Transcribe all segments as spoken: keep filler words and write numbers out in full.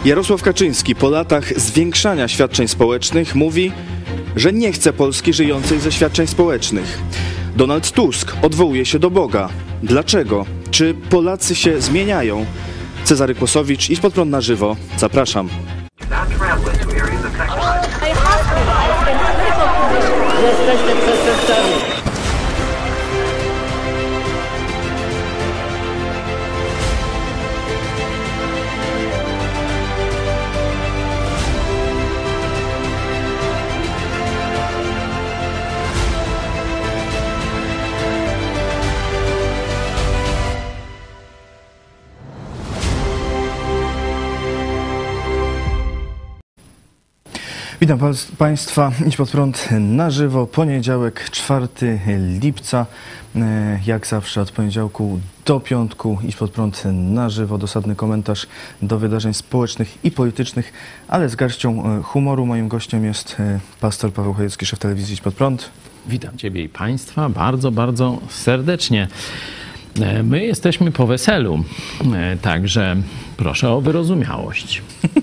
Jarosław Kaczyński po latach zwiększania świadczeń społecznych mówi, że nie chce Polski żyjącej ze świadczeń społecznych. Donald Tusk odwołuje się do Boga. Dlaczego? Czy Polacy się zmieniają? Cezary Kłosowicz, Idź Pod Prąd na żywo. Zapraszam. Jesteście przestępcami. Witam Państwa, Idź Pod Prąd na żywo, poniedziałek, czwartego lipca, jak zawsze od poniedziałku do piątku, Idź Pod Prąd na żywo, dosadny komentarz do wydarzeń społecznych i politycznych, ale z garścią humoru. Moim gościem jest pastor Paweł Chojecki, szef telewizji Idź Pod Prąd. Witam Ciebie i Państwa bardzo, bardzo serdecznie. My jesteśmy po weselu, także proszę o wyrozumiałość.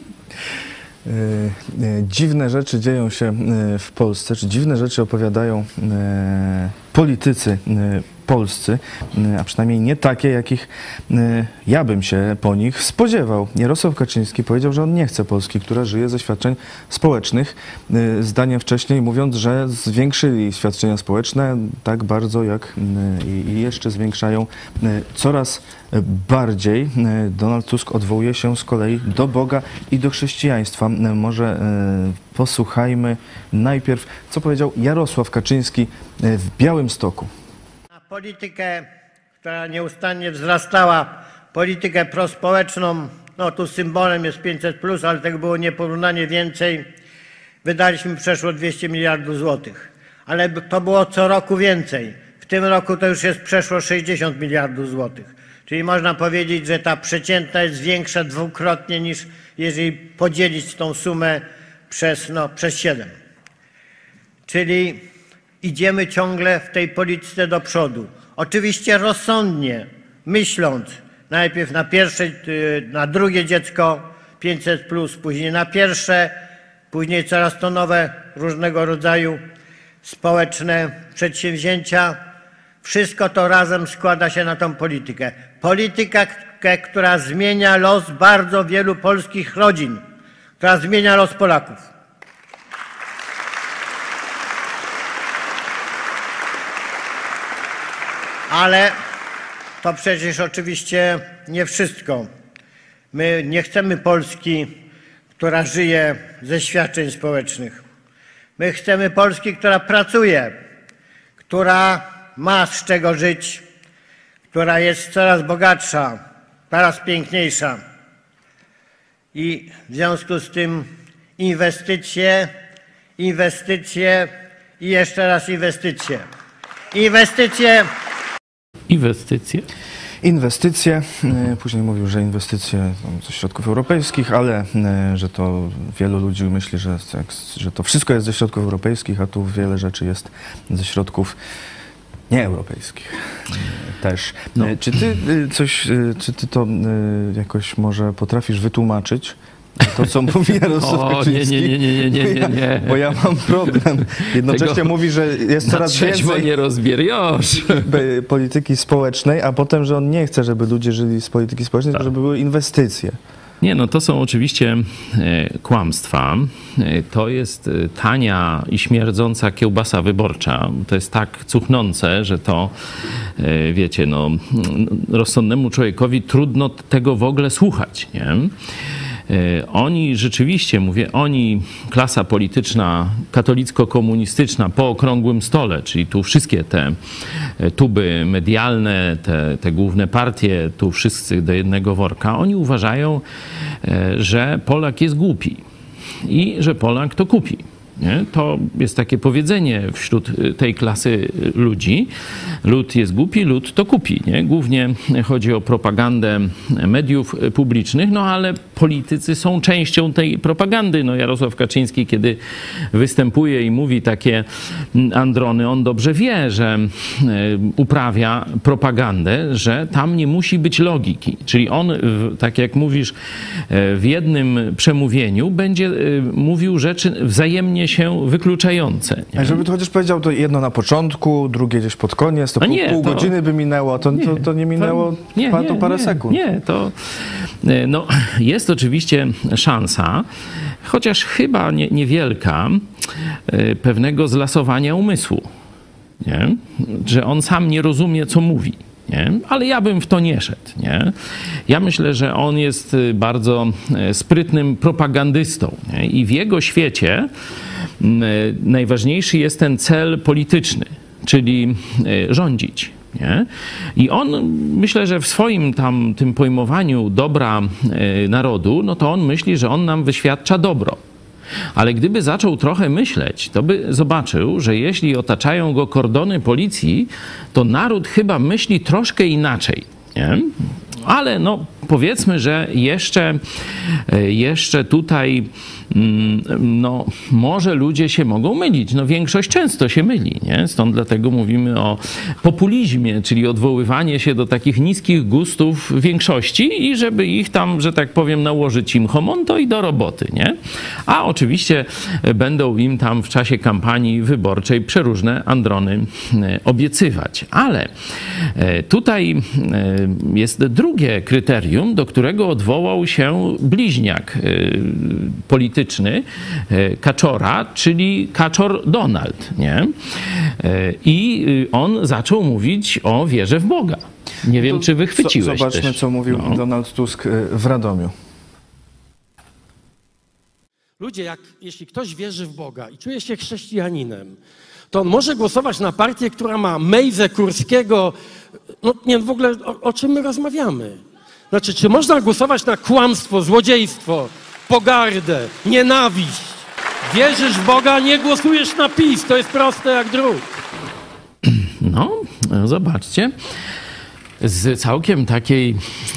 Dziwne rzeczy dzieją się w Polsce, czy dziwne rzeczy opowiadają politycy polscy, a przynajmniej nie takie, jakich ja bym się po nich spodziewał. Jarosław Kaczyński powiedział, że on nie chce Polski, która żyje ze świadczeń społecznych. Zdaniem wcześniej mówiąc, że zwiększyli świadczenia społeczne tak bardzo, jak i jeszcze zwiększają coraz bardziej. Donald Tusk odwołuje się z kolei do Boga i do chrześcijaństwa. Może posłuchajmy najpierw, co powiedział Jarosław Kaczyński w Białymstoku. Politykę, która nieustannie wzrastała, politykę prospołeczną, no tu symbolem jest pięćset plus, ale tego było nieporównanie więcej. Wydaliśmy przeszło dwieście miliardów złotych, ale to było co roku więcej. W tym roku to już jest przeszło sześćdziesiąt miliardów złotych. Czyli można powiedzieć, że ta przeciętna jest większa dwukrotnie niż jeżeli podzielić tą sumę przez, no, przez siedem. Czyli idziemy ciągle w tej polityce do przodu. Oczywiście rozsądnie, myśląc najpierw na pierwsze, na drugie dziecko pięćset plus, później na pierwsze, później coraz to nowe różnego rodzaju społeczne przedsięwzięcia. Wszystko to razem składa się na tą politykę. Politykę, która zmienia los bardzo wielu polskich rodzin, która zmienia los Polaków. Ale to przecież oczywiście nie wszystko. My nie chcemy Polski, która żyje ze świadczeń społecznych. My chcemy Polski, która pracuje, która ma z czego żyć, która jest coraz bogatsza, coraz piękniejsza. I w związku z tym inwestycje, inwestycje i jeszcze raz inwestycje. Inwestycje... Inwestycje. Inwestycje. Później mówił, że inwestycje ze środków europejskich, ale że to wielu ludzi myśli, że, że to wszystko jest ze środków europejskich, a tu wiele rzeczy jest ze środków nieeuropejskich też. No. Czy ty coś, czy ty to jakoś może potrafisz wytłumaczyć? To, co mówi Jarosław Kaczyński. Nie, nie, nie, nie, nie, nie, nie. Bo ja mam problem. Jednocześnie Tego mówi, że jest coraz więcej nie rozbierasz. polityki społecznej, a potem, że on nie chce, żeby ludzie żyli z polityki społecznej, tylko żeby były inwestycje. Nie, no to są oczywiście e, kłamstwa. E, to jest tania i śmierdząca kiełbasa wyborcza. To jest tak cuchnące, że to, e, wiecie, no, rozsądnemu człowiekowi trudno tego w ogóle słuchać, nie? Oni rzeczywiście, mówię, oni, klasa polityczna katolicko-komunistyczna po okrągłym stole, czyli tu wszystkie te tuby medialne, te, te główne partie, tu wszyscy do jednego worka, oni uważają, że Polak jest głupi i że Polak to kupi. Nie? To jest takie powiedzenie wśród tej klasy ludzi. Lud jest głupi, lud to kupi. Nie? Głównie chodzi o propagandę mediów publicznych, no ale politycy są częścią tej propagandy. No Jarosław Kaczyński, kiedy występuje i mówi takie androny, on dobrze wie, że uprawia propagandę, że tam nie musi być logiki. Czyli on, tak jak mówisz, w jednym przemówieniu będzie mówił rzeczy wzajemnie się wykluczające. A żeby tu chociaż powiedział to jedno na początku, drugie gdzieś pod koniec, to pół, nie, pół to, godziny by minęło, to nie, to, to nie minęło to, nie, to parę nie, sekund. Nie, to no, jest oczywiście szansa, chociaż chyba nie, niewielka, pewnego zlasowania umysłu. Nie? Że on sam nie rozumie, co mówi. Nie? Ale ja bym w to nie szedł. Nie? Ja myślę, że on jest bardzo sprytnym propagandystą. Nie? I w jego świecie najważniejszy jest ten cel polityczny, czyli rządzić. Nie? I on, myślę, że w swoim tam tym pojmowaniu dobra narodu, no to on myśli, że on nam wyświadcza dobro. Ale gdyby zaczął trochę myśleć, to by zobaczył, że jeśli otaczają go kordony policji, to naród chyba myśli troszkę inaczej. Nie? Ale no, powiedzmy, że jeszcze, jeszcze tutaj no, może ludzie się mogą mylić. No, większość często się myli, nie? Stąd dlatego mówimy o populizmie, czyli odwoływanie się do takich niskich gustów większości i żeby ich tam, że tak powiem, nałożyć im homonto i do roboty, nie? A oczywiście będą im tam w czasie kampanii wyborczej przeróżne androny obiecywać. Ale tutaj jest drugie kryterium, do którego odwołał się bliźniak polityczny Kaczora, czyli Kaczor Donald, nie? I on zaczął mówić o wierze w Boga. Nie wiem, to czy wychwyciłeś Zobaczmy, też. co mówił no. Donald Tusk w Radomiu. Ludzie, jak, jeśli ktoś wierzy w Boga i czuje się chrześcijaninem, to on może głosować na partię, która ma Mejzę Kurskiego. No nie, w ogóle o, o czym my rozmawiamy? Znaczy, czy można głosować na kłamstwo, złodziejstwo, pogardę, nienawiść? Wierzysz w Boga, nie głosujesz na PiS. To jest proste jak drut. No, zobaczcie. Z całkiem takiej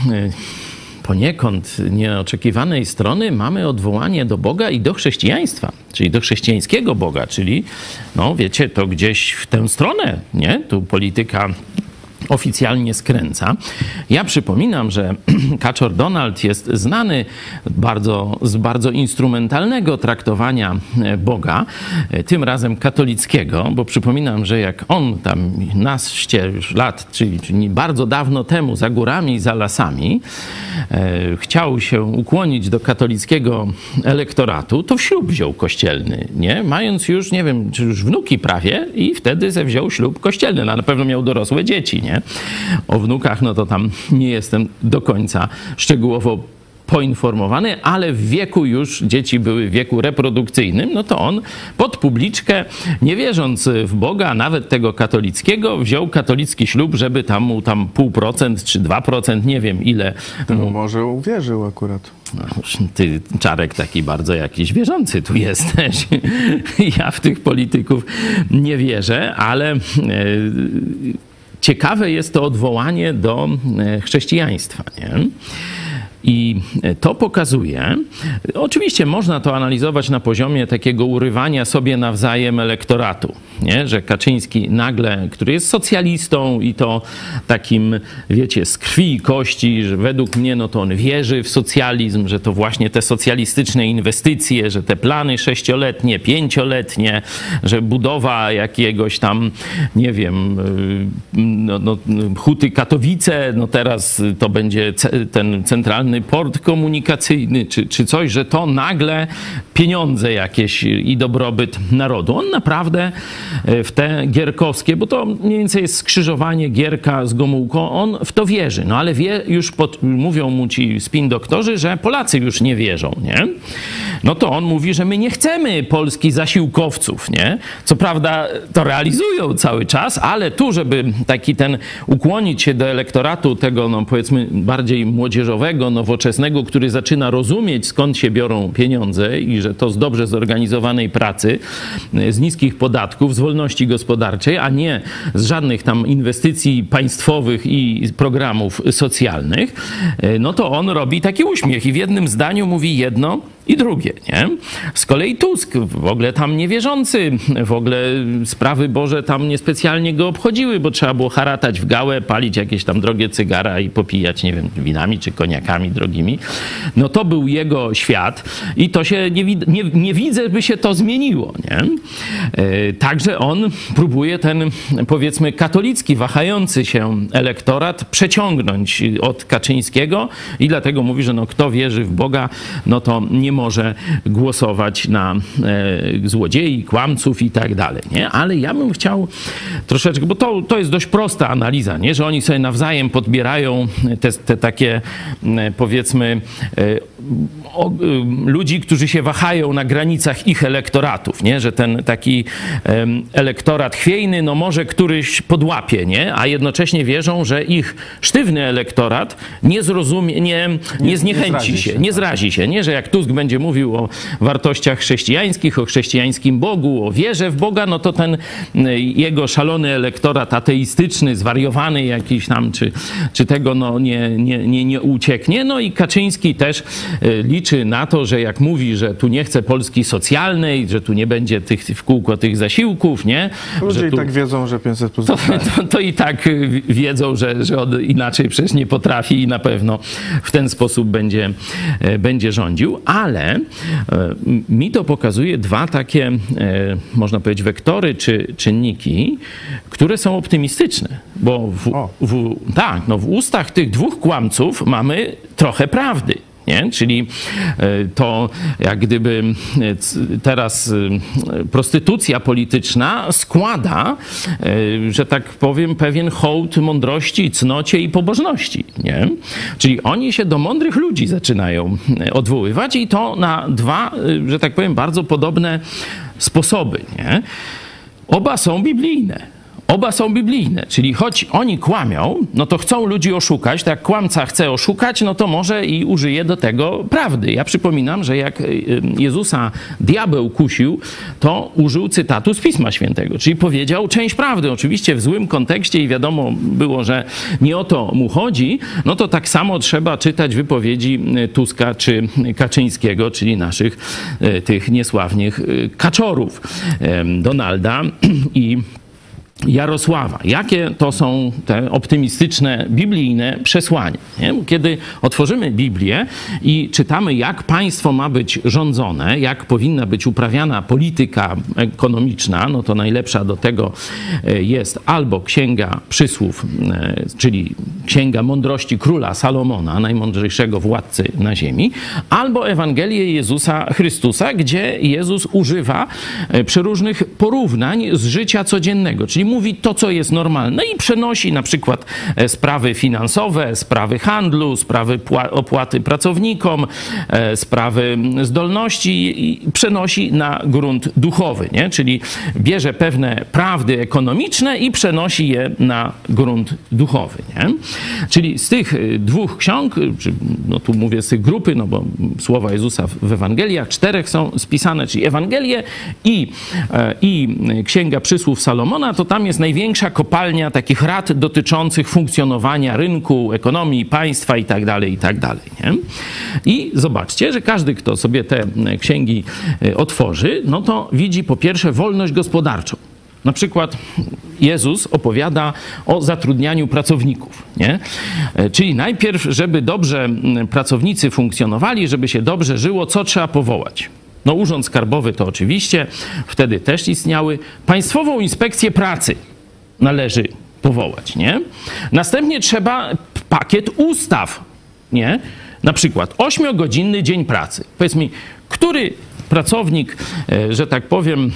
poniekąd nieoczekiwanej strony mamy odwołanie do Boga i do chrześcijaństwa, czyli do chrześcijańskiego Boga, czyli, no wiecie, to gdzieś w tę stronę, nie? Tu polityka oficjalnie skręca. Ja przypominam, że Kaczor Donald jest znany bardzo, z bardzo instrumentalnego traktowania Boga, tym razem katolickiego, bo przypominam, że jak on tam naście już lat, czyli, czyli bardzo dawno temu, za górami, za lasami, e, chciał się ukłonić do katolickiego elektoratu, to ślub wziął kościelny, nie? Mając już, nie wiem, czy już wnuki prawie i wtedy wziął ślub kościelny, no, na pewno miał dorosłe dzieci, nie? O wnukach, no to tam nie jestem do końca szczegółowo poinformowany, ale w wieku już, dzieci były w wieku reprodukcyjnym, no to on pod publiczkę, nie wierząc w Boga, nawet tego katolickiego, wziął katolicki ślub, żeby tam mu tam pół procent czy dwa procent, nie wiem ile. No może uwierzył akurat. No, ty, Czarek, taki bardzo jakiś wierzący tu jesteś. Ja w tych polityków nie wierzę, ale e, ciekawe jest to odwołanie do chrześcijaństwa, nie? I to pokazuje, oczywiście można to analizować na poziomie takiego urywania sobie nawzajem elektoratu, nie? Że Kaczyński nagle, który jest socjalistą i to takim, wiecie, z krwi i kości, że według mnie no to on wierzy w socjalizm, że to właśnie te socjalistyczne inwestycje, że te plany sześcioletnie, pięcioletnie, że budowa jakiegoś tam, nie wiem, no, no, Huty Katowice, no teraz to będzie ten centralny port komunikacyjny, czy, czy coś, że to nagle pieniądze jakieś i dobrobyt narodu. On naprawdę w te gierkowskie, bo to mniej więcej jest skrzyżowanie Gierka z Gomułką, on w to wierzy. No ale wie, już pod, mówią mu ci spin doktorzy, że Polacy już nie wierzą, nie? No to on mówi, że my nie chcemy Polski zasiłkowców, nie? Co prawda to realizują cały czas, ale tu, żeby taki ten ukłonić się do elektoratu tego, no powiedzmy bardziej młodzieżowego, nowoczesnego, który zaczyna rozumieć, skąd się biorą pieniądze i że to z dobrze zorganizowanej pracy, z niskich podatków, z wolności gospodarczej, a nie z żadnych tam inwestycji państwowych i programów socjalnych, no to on robi taki uśmiech i w jednym zdaniu mówi jedno i drugie, nie? Z kolei Tusk, w ogóle tam niewierzący, w ogóle sprawy Boże tam niespecjalnie go obchodziły, bo trzeba było haratać w gałę, palić jakieś tam drogie cygara i popijać, nie wiem, winami czy koniakami drogimi. No to był jego świat i to się nie, nie, nie widzę, by się to zmieniło, nie? Także on próbuje ten, powiedzmy, katolicki, wahający się elektorat przeciągnąć od Kaczyńskiego i dlatego mówi, że no kto wierzy w Boga, no to nie może głosować na e, złodziei, kłamców i tak dalej, nie? Ale ja bym chciał troszeczkę, bo to, to jest dość prosta analiza, nie? Że oni sobie nawzajem podbierają te, te takie, powiedzmy, e, o, e, ludzi, którzy się wahają na granicach ich elektoratów, nie? Że ten taki e, elektorat chwiejny, no może któryś podłapie, nie? A jednocześnie wierzą, że ich sztywny elektorat nie zrozumie, nie, nie, nie zniechęci nie się, się, nie zrazi się, nie? Że jak Tusk będzie mówił o wartościach chrześcijańskich, o chrześcijańskim Bogu, o wierze w Boga, no to ten jego szalony elektorat ateistyczny, zwariowany jakiś tam, czy, czy tego no nie, nie, nie, nie ucieknie. No i Kaczyński też liczy na to, że jak mówi, że tu nie chce Polski socjalnej, że tu nie będzie tych, w kółko tych zasiłków, nie? Ludzie że i tu, tak wiedzą, że pięćset plus. to, to, to i tak wiedzą, że, że on inaczej przecież nie potrafi i na pewno w ten sposób będzie, będzie rządził. Ale mi to pokazuje dwa takie, można powiedzieć, wektory czy czynniki, które są optymistyczne. Bo w, w, tak, no w ustach tych dwóch kłamców mamy trochę prawdy. Nie? Czyli to jak gdyby teraz prostytucja polityczna składa, że tak powiem, pewien hołd mądrości, cnocie i pobożności. Nie? Czyli oni się do mądrych ludzi zaczynają odwoływać i to na dwa, że tak powiem, bardzo podobne sposoby. Nie? Oba są biblijne. Oba są biblijne, czyli choć oni kłamią, no to chcą ludzi oszukać, tak jak kłamca chce oszukać, no to może i użyje do tego prawdy. Ja przypominam, że jak Jezusa diabeł kusił, to użył cytatu z Pisma Świętego, czyli powiedział część prawdy, oczywiście w złym kontekście i wiadomo było, że nie o to mu chodzi, no to tak samo trzeba czytać wypowiedzi Tuska czy Kaczyńskiego, czyli naszych tych niesławnych kaczorów, Donalda i Jarosława. Jakie to są te optymistyczne, biblijne przesłania? Nie? Kiedy otworzymy Biblię i czytamy, jak państwo ma być rządzone, jak powinna być uprawiana polityka ekonomiczna, no to najlepsza do tego jest albo Księga Przysłów, czyli Księga Mądrości Króla Salomona, najmądrzejszego władcy na ziemi, albo Ewangelię Jezusa Chrystusa, gdzie Jezus używa przeróżnych porównań z życia codziennego, czyli mówi to, co jest normalne i przenosi na przykład sprawy finansowe, sprawy handlu, sprawy opłaty pracownikom, sprawy zdolności i przenosi na grunt duchowy, nie? Czyli bierze pewne prawdy ekonomiczne i przenosi je na grunt duchowy, nie? Czyli z tych dwóch ksiąg, czy, no tu mówię z tych grupy, no bo słowa Jezusa w Ewangeliach, czterech są spisane, czyli Ewangelie i, i Księga Przysłów Salomona, to tam jest największa kopalnia takich rad dotyczących funkcjonowania rynku, ekonomii, państwa i tak dalej, i tak dalej, nie? I zobaczcie, że każdy, kto sobie te księgi otworzy, no to widzi po pierwsze wolność gospodarczą. Na przykład Jezus opowiada o zatrudnianiu pracowników, nie? Czyli najpierw, żeby dobrze pracownicy funkcjonowali, żeby się dobrze żyło, co trzeba powołać? No urząd skarbowy to oczywiście, wtedy też istniały. Państwową Inspekcję Pracy należy powołać, nie? Następnie trzeba pakiet ustaw, nie? Na przykład ośmiogodzinny dzień pracy. Powiedz mi, który pracownik, że tak powiem,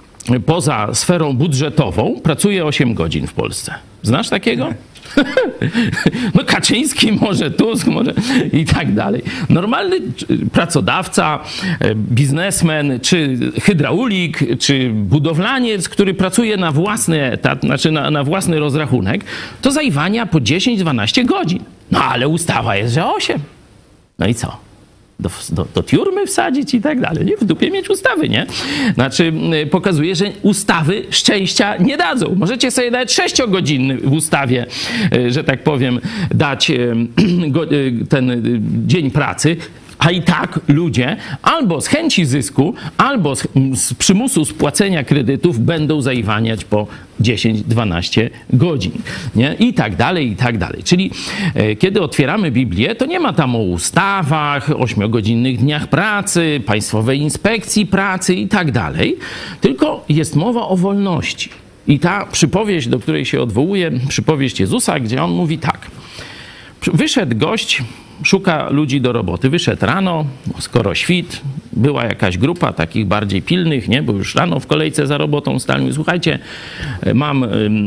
poza sferą budżetową pracuje osiem godzin w Polsce? Znasz takiego? No Kaczyński, może Tusk, może i tak dalej. Normalny pracodawca, biznesmen, czy hydraulik, czy budowlaniec, który pracuje na własny etat, znaczy na, na własny rozrachunek, to zajwania po dziesięć dwanaście godzin. No ale ustawa jest, że osiem. No i co? Do, do, do tiurmy wsadzić i tak dalej. Nie? W dupie mieć ustawy, nie? Znaczy, pokazuje, że ustawy szczęścia nie dadzą. Możecie sobie nawet sześciogodzinny w ustawie, że tak powiem, dać ten dzień pracy, a i tak ludzie albo z chęci zysku, albo z, z przymusu spłacenia kredytów będą zaiwaniać po dziesięć dwanaście godzin. Nie? I tak dalej, i tak dalej. Czyli e, kiedy otwieramy Biblię, to nie ma tam o ustawach, ośmiogodzinnych dniach pracy, Państwowej Inspekcji Pracy i tak dalej, tylko jest mowa o wolności. I ta przypowieść, do której się odwołuje, przypowieść Jezusa, gdzie on mówi tak. Wyszedł gość, szuka ludzi do roboty. Wyszedł rano, skoro świt, była jakaś grupa takich bardziej pilnych, nie? Bo już rano w kolejce za robotą stali. Mówi, słuchajcie, mam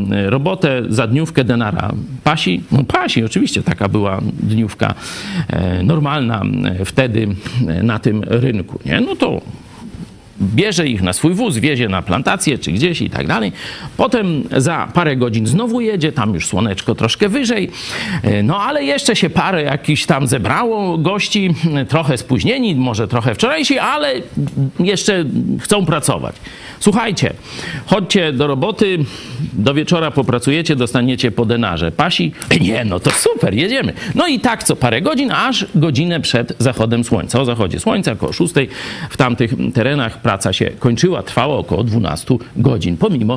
robotę za dniówkę denara. Pasi? No pasi, oczywiście taka była dniówka normalna wtedy na tym rynku, nie? No to bierze ich na swój wóz, wiezie na plantację czy gdzieś i tak dalej. Potem za parę godzin znowu jedzie, tam już słoneczko troszkę wyżej. No ale jeszcze się parę jakichś tam zebrało gości, trochę spóźnieni, może trochę wczorajsi, ale jeszcze chcą pracować. Słuchajcie, chodźcie do roboty, do wieczora popracujecie, dostaniecie po denarze. Pasi? Nie, no to super, jedziemy. No i tak co parę godzin, aż godzinę przed zachodem słońca. O zachodzie słońca, około szóstej w tamtych terenach praca się kończyła, trwała około dwanaście godzin. Pomimo,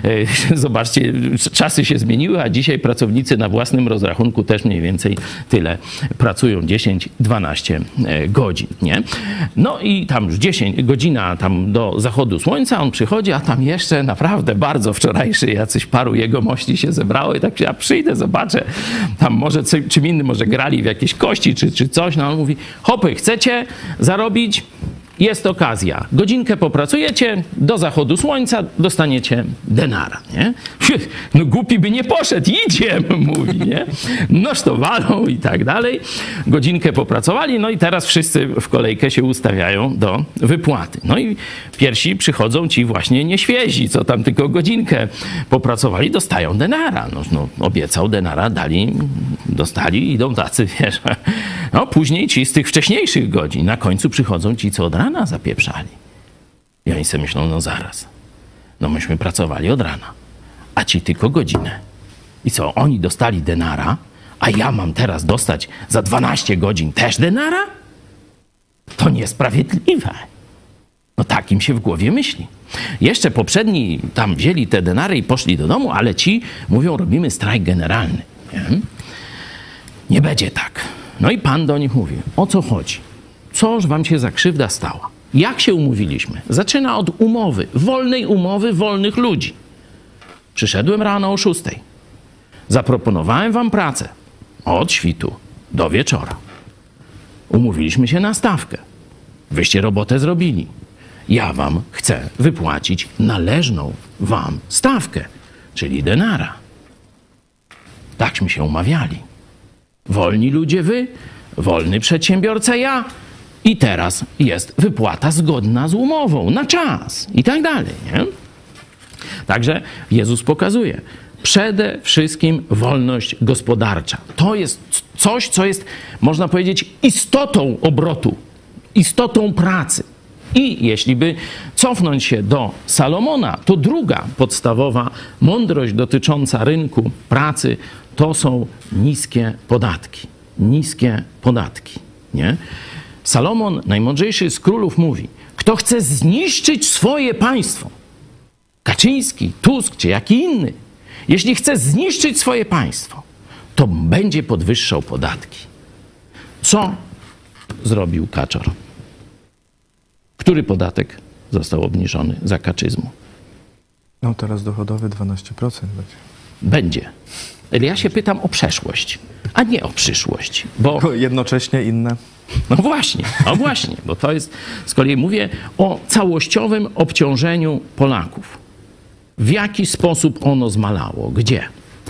e, zobaczcie, czasy się zmieniły, a dzisiaj pracownicy na własnym rozrachunku też mniej więcej tyle pracują, dziesięć dwanaście godzin, nie? No i tam już dziesięć godzina tam do zachodu słońca, on przychodzi, a tam jeszcze naprawdę bardzo wczorajszy jacyś paru jegomości się zebrało i tak ja przyjdę, zobaczę, tam może co, czym innym, może grali w jakieś kości czy, czy coś, no on mówi, hopy, chcecie zarobić? Jest okazja. Godzinkę popracujecie, do zachodu słońca dostaniecie denara, nie? No głupi by nie poszedł, idzie, mówi, nie? Noż to walą i tak dalej. Godzinkę popracowali, no i teraz wszyscy w kolejkę się ustawiają do wypłaty. No i pierwsi przychodzą ci właśnie nieświezi, co tam tylko godzinkę popracowali, dostają denara. No, no obiecał denara, dali, dostali, idą tacy, wiesz. No później ci z tych wcześniejszych godzin, na końcu przychodzą ci, co od rana zapieprzali. I oni sobie myślą, no zaraz, no myśmy pracowali od rana, a ci tylko godzinę. I co, oni dostali denara, a ja mam teraz dostać za dwanaście godzin też denara? To niesprawiedliwe. No tak im się w głowie myśli. Jeszcze poprzedni tam wzięli te denary i poszli do domu, ale ci mówią, robimy strajk generalny. Nie, nie będzie tak. No i pan do nich mówi, o co chodzi? Coż wam się za krzywda stała? Jak się umówiliśmy? Zaczyna od umowy, wolnej umowy wolnych ludzi. Przyszedłem rano o szóstej. Zaproponowałem wam pracę od świtu do wieczora. Umówiliśmy się na stawkę. Wyście robotę zrobili. Ja wam chcę wypłacić należną wam stawkę, czyli denara. Takśmy się umawiali. Wolni ludzie wy, wolny przedsiębiorca ja i teraz jest wypłata zgodna z umową, na czas i tak dalej, nie? Także Jezus pokazuje, przede wszystkim wolność gospodarcza. To jest coś, co jest, można powiedzieć, istotą obrotu, istotą pracy. I jeśli by cofnąć się do Salomona, to druga podstawowa mądrość dotycząca rynku pracy to są niskie podatki. Niskie podatki, nie? Salomon, najmądrzejszy z królów, mówi, kto chce zniszczyć swoje państwo, Kaczyński, Tusk czy jaki inny, jeśli chce zniszczyć swoje państwo, to będzie podwyższał podatki. Co zrobił Kaczor? Który podatek został obniżony za kaczyzmu? No teraz dochodowy dwanaście procent będzie. Będzie. Ale ja się pytam o przeszłość, a nie o przyszłość. Bo jednocześnie inne. No właśnie, no właśnie, bo to jest, z kolei mówię o całościowym obciążeniu Polaków. W jaki sposób ono zmalało? Gdzie?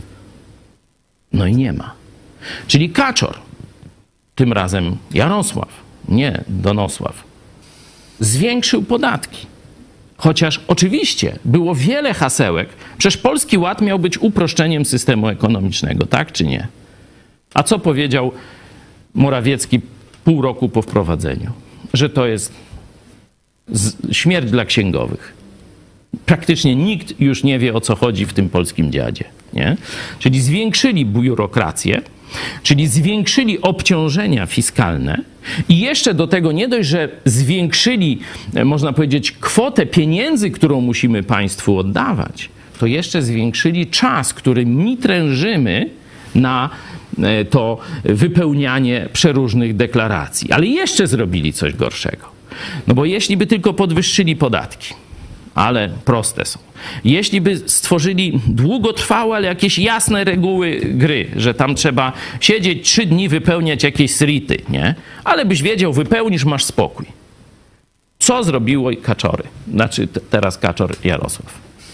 No i nie ma. Czyli Kaczor, tym razem Jarosław, nie Donosław, zwiększył podatki. Chociaż oczywiście było wiele hasełek. Przecież Polski Ład miał być uproszczeniem systemu ekonomicznego, tak czy nie? A co powiedział Morawiecki pół roku po wprowadzeniu, że to jest śmierć dla księgowych. Praktycznie nikt już nie wie, o co chodzi w tym polskim dziadzie. Nie? Czyli zwiększyli biurokrację, czyli zwiększyli obciążenia fiskalne i jeszcze do tego nie dość, że zwiększyli, można powiedzieć, kwotę pieniędzy, którą musimy państwu oddawać, to jeszcze zwiększyli czas, który my trężymy na to wypełnianie przeróżnych deklaracji. Ale jeszcze zrobili coś gorszego. No bo jeśli by tylko podwyższyli podatki, ale proste są. Jeśli by stworzyli długotrwałe, ale jakieś jasne reguły gry, że tam trzeba siedzieć trzy dni, wypełniać jakieś srity, nie? Ale byś wiedział, wypełnisz, masz spokój. Co zrobiło Kaczory? Znaczy t- teraz Kaczor Jarosław.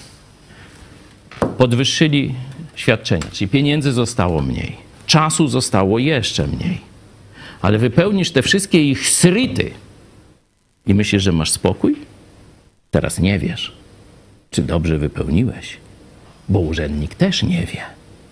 Podwyższyli świadczenia, czyli pieniędzy zostało mniej. Czasu zostało jeszcze mniej. Ale wypełnisz te wszystkie ich srity i myślisz, że masz spokój? Teraz nie wiesz, czy dobrze wypełniłeś, bo urzędnik też nie wie.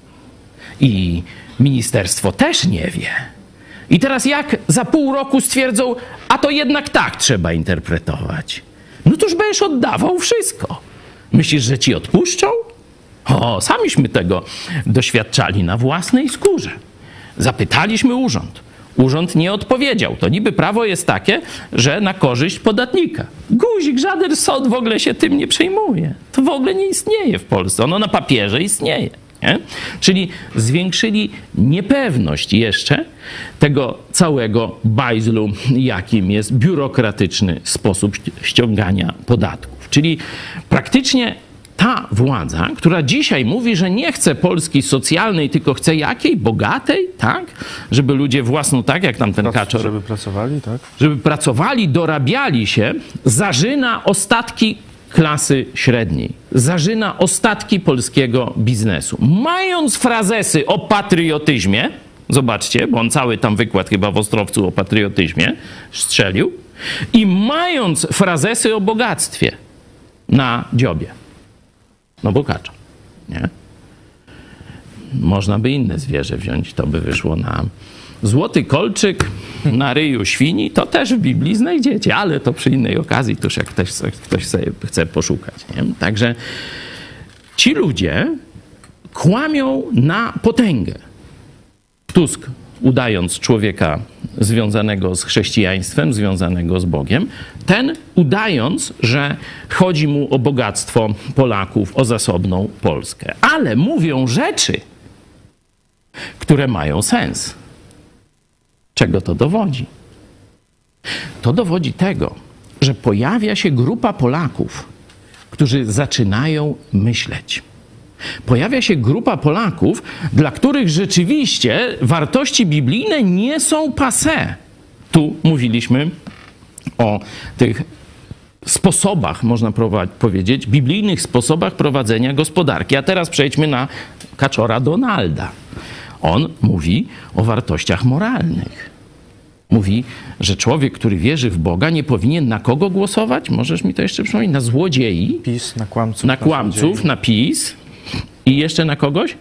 I ministerstwo też nie wie. I teraz jak za pół roku stwierdzą, a to jednak tak trzeba interpretować. No to już będziesz oddawał wszystko. Myślisz, że ci odpuszczą? O, samiśmy tego doświadczali na własnej skórze. Zapytaliśmy urząd. Urząd nie odpowiedział. To niby prawo jest takie, że na korzyść podatnika. Guzik, żaden sąd w ogóle się tym nie przejmuje. To w ogóle nie istnieje w Polsce. Ono na papierze istnieje. Nie? Czyli zwiększyli niepewność jeszcze tego całego bajzlu, jakim jest biurokratyczny sposób ściągania podatków. Czyli praktycznie ta władza, która dzisiaj mówi, że nie chce Polski socjalnej, tylko chce jakiej? Bogatej, tak? Żeby ludzie własną, tak jak tam ten Kaczor... Żeby pracowali, tak? Żeby pracowali, dorabiali się, zarzyna ostatki klasy średniej. Zarzyna ostatki polskiego biznesu. Mając frazesy o patriotyzmie, zobaczcie, bo on cały tam wykład chyba w Ostrowcu o patriotyzmie strzelił, i mając frazesy o bogactwie na dziobie. No bo Kaczor, nie? Można by inne zwierzę wziąć, to by wyszło na złoty kolczyk na ryju świni, to też w Biblii znajdziecie, ale to przy innej okazji, tuż jak ktoś, ktoś sobie chce poszukać. Nie? Także ci ludzie kłamią na potęgę. Tusk, udając człowieka związanego z chrześcijaństwem, związanego z Bogiem, ten udając, że chodzi mu o bogactwo Polaków, o zasobną Polskę. Ale mówią rzeczy, które mają sens. Czego to dowodzi? To dowodzi tego, że pojawia się grupa Polaków, którzy zaczynają myśleć. Pojawia się grupa Polaków, dla których rzeczywiście wartości biblijne nie są passé. Tu mówiliśmy o tych sposobach, można powiedzieć, biblijnych sposobach prowadzenia gospodarki. A teraz przejdźmy na Kaczora Donalda. On mówi o wartościach moralnych. Mówi, że człowiek, który wierzy w Boga, nie powinien na kogo głosować? Możesz mi to jeszcze przypomnieć? Na złodziei. PiS, na kłamców. Na kłamców, na PiS. I jeszcze na kogoś?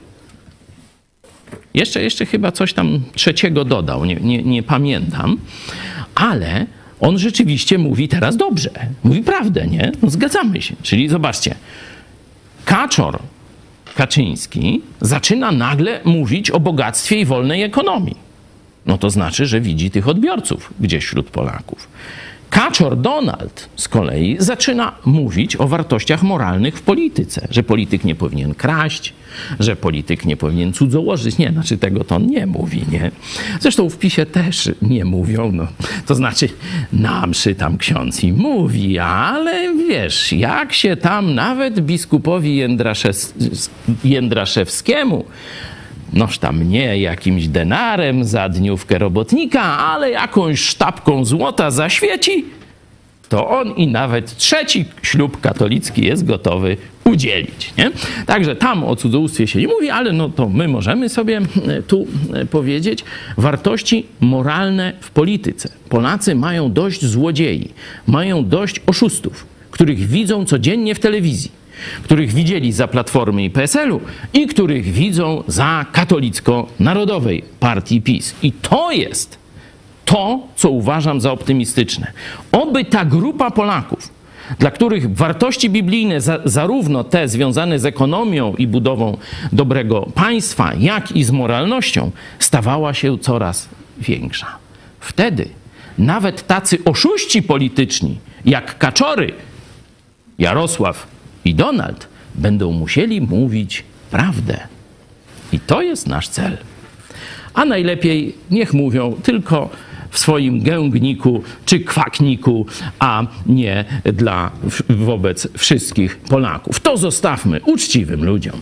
Jeszcze, jeszcze chyba coś tam trzeciego dodał, nie, nie, nie pamiętam. Ale on rzeczywiście mówi teraz dobrze. Mówi prawdę, nie? No zgadzamy się. Czyli zobaczcie, Kaczor Kaczyński zaczyna nagle mówić o bogactwie i wolnej ekonomii. No to znaczy, że widzi tych odbiorców gdzieś wśród Polaków. Kaczor Donald z kolei zaczyna mówić o wartościach moralnych w polityce, że polityk nie powinien kraść, że polityk nie powinien cudzołożyć. Nie, znaczy tego to on nie mówi, nie? Zresztą w PiSie też nie mówią, no. To znaczy na mszy tam ksiądz i mówi, ale wiesz, jak się tam nawet biskupowi Jędraszew... Jędraszewskiemu noż tam nie jakimś denarem za dniówkę robotnika, ale jakąś sztabką złota zaświeci, to on i nawet trzeci ślub katolicki jest gotowy udzielić. Nie? Także tam o cudzołóstwie się nie mówi, ale no to my możemy sobie tu powiedzieć wartości moralne w polityce. Polacy mają dość złodziei, mają dość oszustów, których widzą codziennie w telewizji, których widzieli za Platformy i P S L u i których widzą za katolicko-narodowej partii PiS. I to jest to, co uważam za optymistyczne. Oby ta grupa Polaków, dla których wartości biblijne, za, zarówno te związane z ekonomią i budową dobrego państwa, jak i z moralnością, stawała się coraz większa. Wtedy nawet tacy oszuści polityczni, jak Kaczory, Jarosław i Donald, będą musieli mówić prawdę. I to jest nasz cel. A najlepiej niech mówią tylko w swoim gęgniku czy kwakniku, a nie dla, wobec wszystkich Polaków. To zostawmy uczciwym ludziom.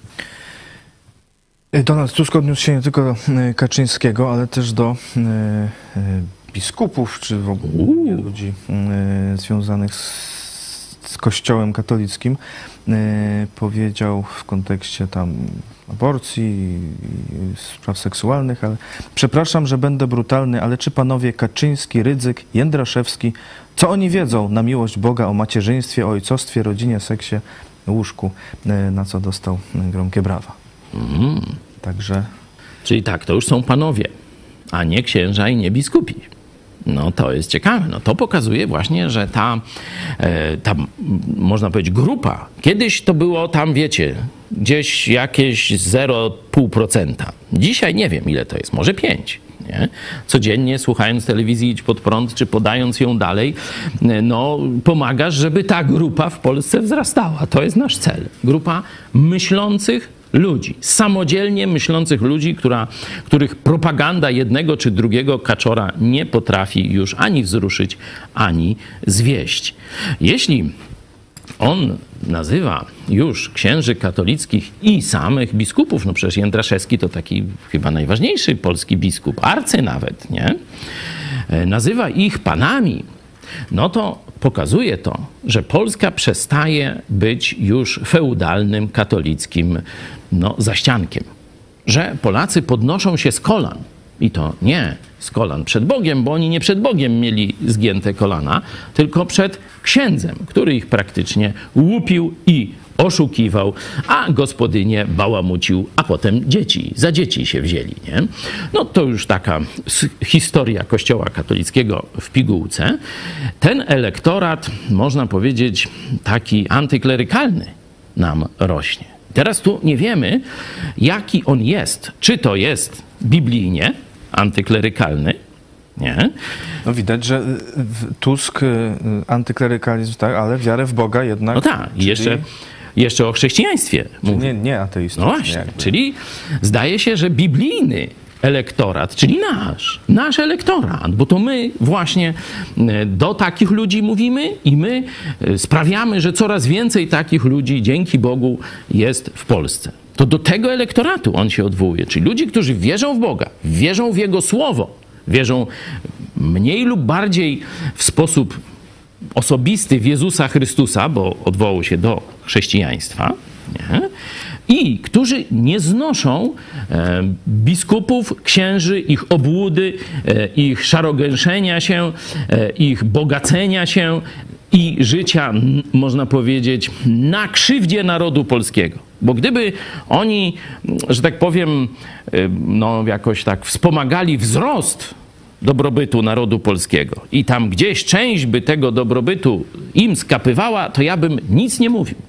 Donald Tusk odniósł się nie tylko do Kaczyńskiego, ale też do y, y, biskupów, czy w ogóle ludzi y, związanych z, z Kościołem katolickim. Y, powiedział w kontekście tam aborcji i, i spraw seksualnych, ale przepraszam, że będę brutalny, ale czy panowie Kaczyński, Rydzyk, Jędraszewski, co oni wiedzą na miłość Boga, o macierzyństwie, o ojcostwie, rodzinie, seksie, łóżku, y, na co dostał gromkie brawa. Mm. Także... Czyli tak, to już są panowie, a nie księża i nie biskupi. No to jest ciekawe. No to pokazuje właśnie, że ta, e, ta, można powiedzieć, grupa, kiedyś to było tam, wiecie, gdzieś jakieś zero przecinek pięć procent. Dzisiaj nie wiem, ile to jest, może pięć procent. Nie? Codziennie słuchając telewizji Idź Pod Prąd, czy podając ją dalej, no pomagasz, żeby ta grupa w Polsce wzrastała. To jest nasz cel. Grupa myślących ludzi, samodzielnie myślących ludzi, która, których propaganda jednego czy drugiego kaczora nie potrafi już ani wzruszyć, ani zwieść. Jeśli on nazywa już księży katolickich i samych biskupów, no przecież Jędraszewski to taki chyba najważniejszy polski biskup, arcy nawet, nie? Nazywa ich panami, no to pokazuje to, że Polska przestaje być już feudalnym, katolickim no, zaściankiem. Że Polacy podnoszą się z kolan. I to nie z kolan przed Bogiem, bo oni nie przed Bogiem mieli zgięte kolana, tylko przed księdzem, który ich praktycznie łupił i oszukiwał, a gospodynię bałamucił, a potem dzieci, za dzieci się wzięli, nie? No to już taka historia Kościoła katolickiego w pigułce. Ten elektorat, można powiedzieć, taki antyklerykalny nam rośnie. Teraz tu nie wiemy, jaki on jest. Czy to jest biblijnie antyklerykalny? Nie. No widać, że Tusk antyklerykalizm, tak, ale wiarę w Boga jednak. No tak, czyli... jeszcze, jeszcze o chrześcijaństwie mówi. Nie, nie ateistyczny. No właśnie, jakby. czyli zdaje się, że biblijny elektorat, czyli nasz, nasz elektorat, bo to my właśnie do takich ludzi mówimy i my sprawiamy, że coraz więcej takich ludzi, dzięki Bogu, jest w Polsce. To do tego elektoratu on się odwołuje, czyli ludzi, którzy wierzą w Boga, wierzą w Jego Słowo, wierzą mniej lub bardziej w sposób osobisty w Jezusa Chrystusa, bo odwołał się do chrześcijaństwa, nie? I którzy nie znoszą e, biskupów, księży, ich obłudy, e, ich szarogęszenia się, e, ich bogacenia się i życia, m, można powiedzieć, na krzywdzie narodu polskiego. Bo gdyby oni, że tak powiem, e, no jakoś tak wspomagali wzrost dobrobytu narodu polskiego i tam gdzieś część by tego dobrobytu im skapywała, to ja bym nic nie mówił.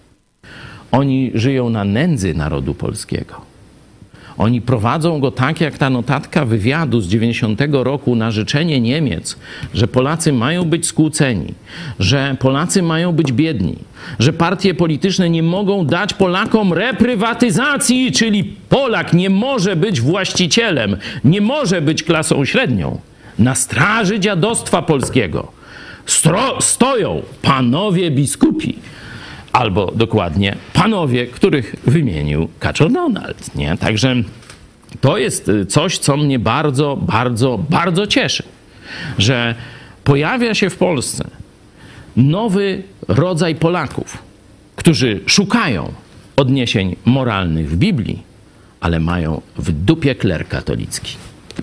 Oni żyją na nędzy narodu polskiego. Oni prowadzą go tak, jak ta notatka wywiadu z dziewięćdziesiątego roku na życzenie Niemiec, że Polacy mają być skłóceni, że Polacy mają być biedni, że partie polityczne nie mogą dać Polakom reprywatyzacji, czyli Polak nie może być właścicielem, nie może być klasą średnią. Na straży dziadostwa polskiego Stro- stoją panowie biskupi, albo dokładnie panowie, których wymienił Kaczor Donald, nie? Także to jest coś, co mnie bardzo, bardzo, bardzo cieszy, że pojawia się w Polsce nowy rodzaj Polaków, którzy szukają odniesień moralnych w Biblii, ale mają w dupie kler katolicki.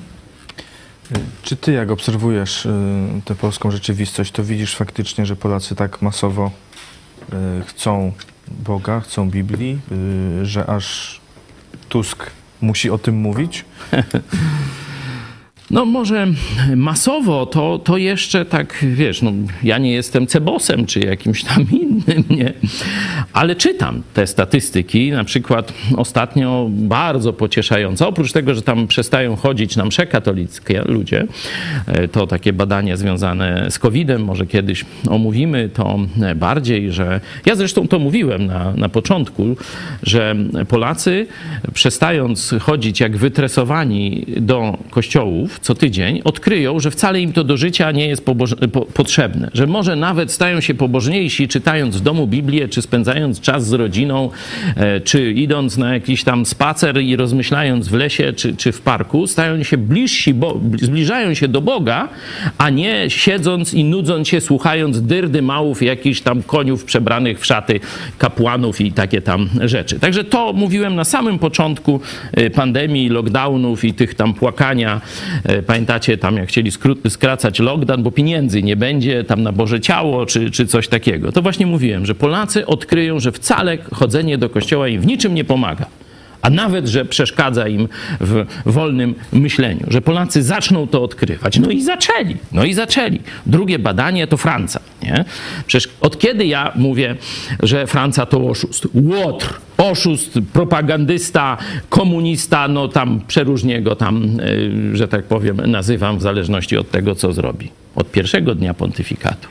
Czy ty, jak obserwujesz tę polską rzeczywistość, to widzisz faktycznie, że Polacy tak masowo chcą Boga, chcą Biblii, że aż Tusk musi o tym mówić? No może masowo to, to jeszcze tak, wiesz, no ja nie jestem cebosem czy jakimś tam innym, nie? Ale czytam te statystyki, na przykład ostatnio bardzo pocieszające. Oprócz tego, że tam przestają chodzić na msze katolickie ludzie, to takie badania związane z kowidem, może kiedyś omówimy to bardziej, że ja zresztą to mówiłem na, na początku, że Polacy przestając chodzić jak wytresowani do kościołów co tydzień, odkryją, że wcale im to do życia nie jest poboż- po- potrzebne. Że może nawet stają się pobożniejsi, czytając w domu Biblię, czy spędzając czas z rodziną, e, czy idąc na jakiś tam spacer i rozmyślając w lesie, czy, czy w parku, stają się bliżsi, bo, zbliżają się do Boga, a nie siedząc i nudząc się, słuchając dyrdy małów, jakichś tam koniów przebranych w szaty kapłanów i takie tam rzeczy. Także to mówiłem na samym początku e, pandemii, lockdownów i tych tam płakania. Pamiętacie, tam jak chcieli skró- skracać lockdown, bo pieniędzy nie będzie tam na Boże Ciało, czy, czy coś takiego. To właśnie mówiłem, że Polacy odkryją, że wcale chodzenie do kościoła im w niczym nie pomaga. A nawet, że przeszkadza im w wolnym myśleniu. Że Polacy zaczną to odkrywać. No i zaczęli. No i zaczęli. Drugie badanie to Franca. Nie? Przecież od kiedy ja mówię, że Franca to oszust? Łotr, oszust, propagandysta, komunista, no tam przeróżnie go tam, że tak powiem, nazywam w zależności od tego, co zrobi. Od pierwszego dnia pontyfikatu.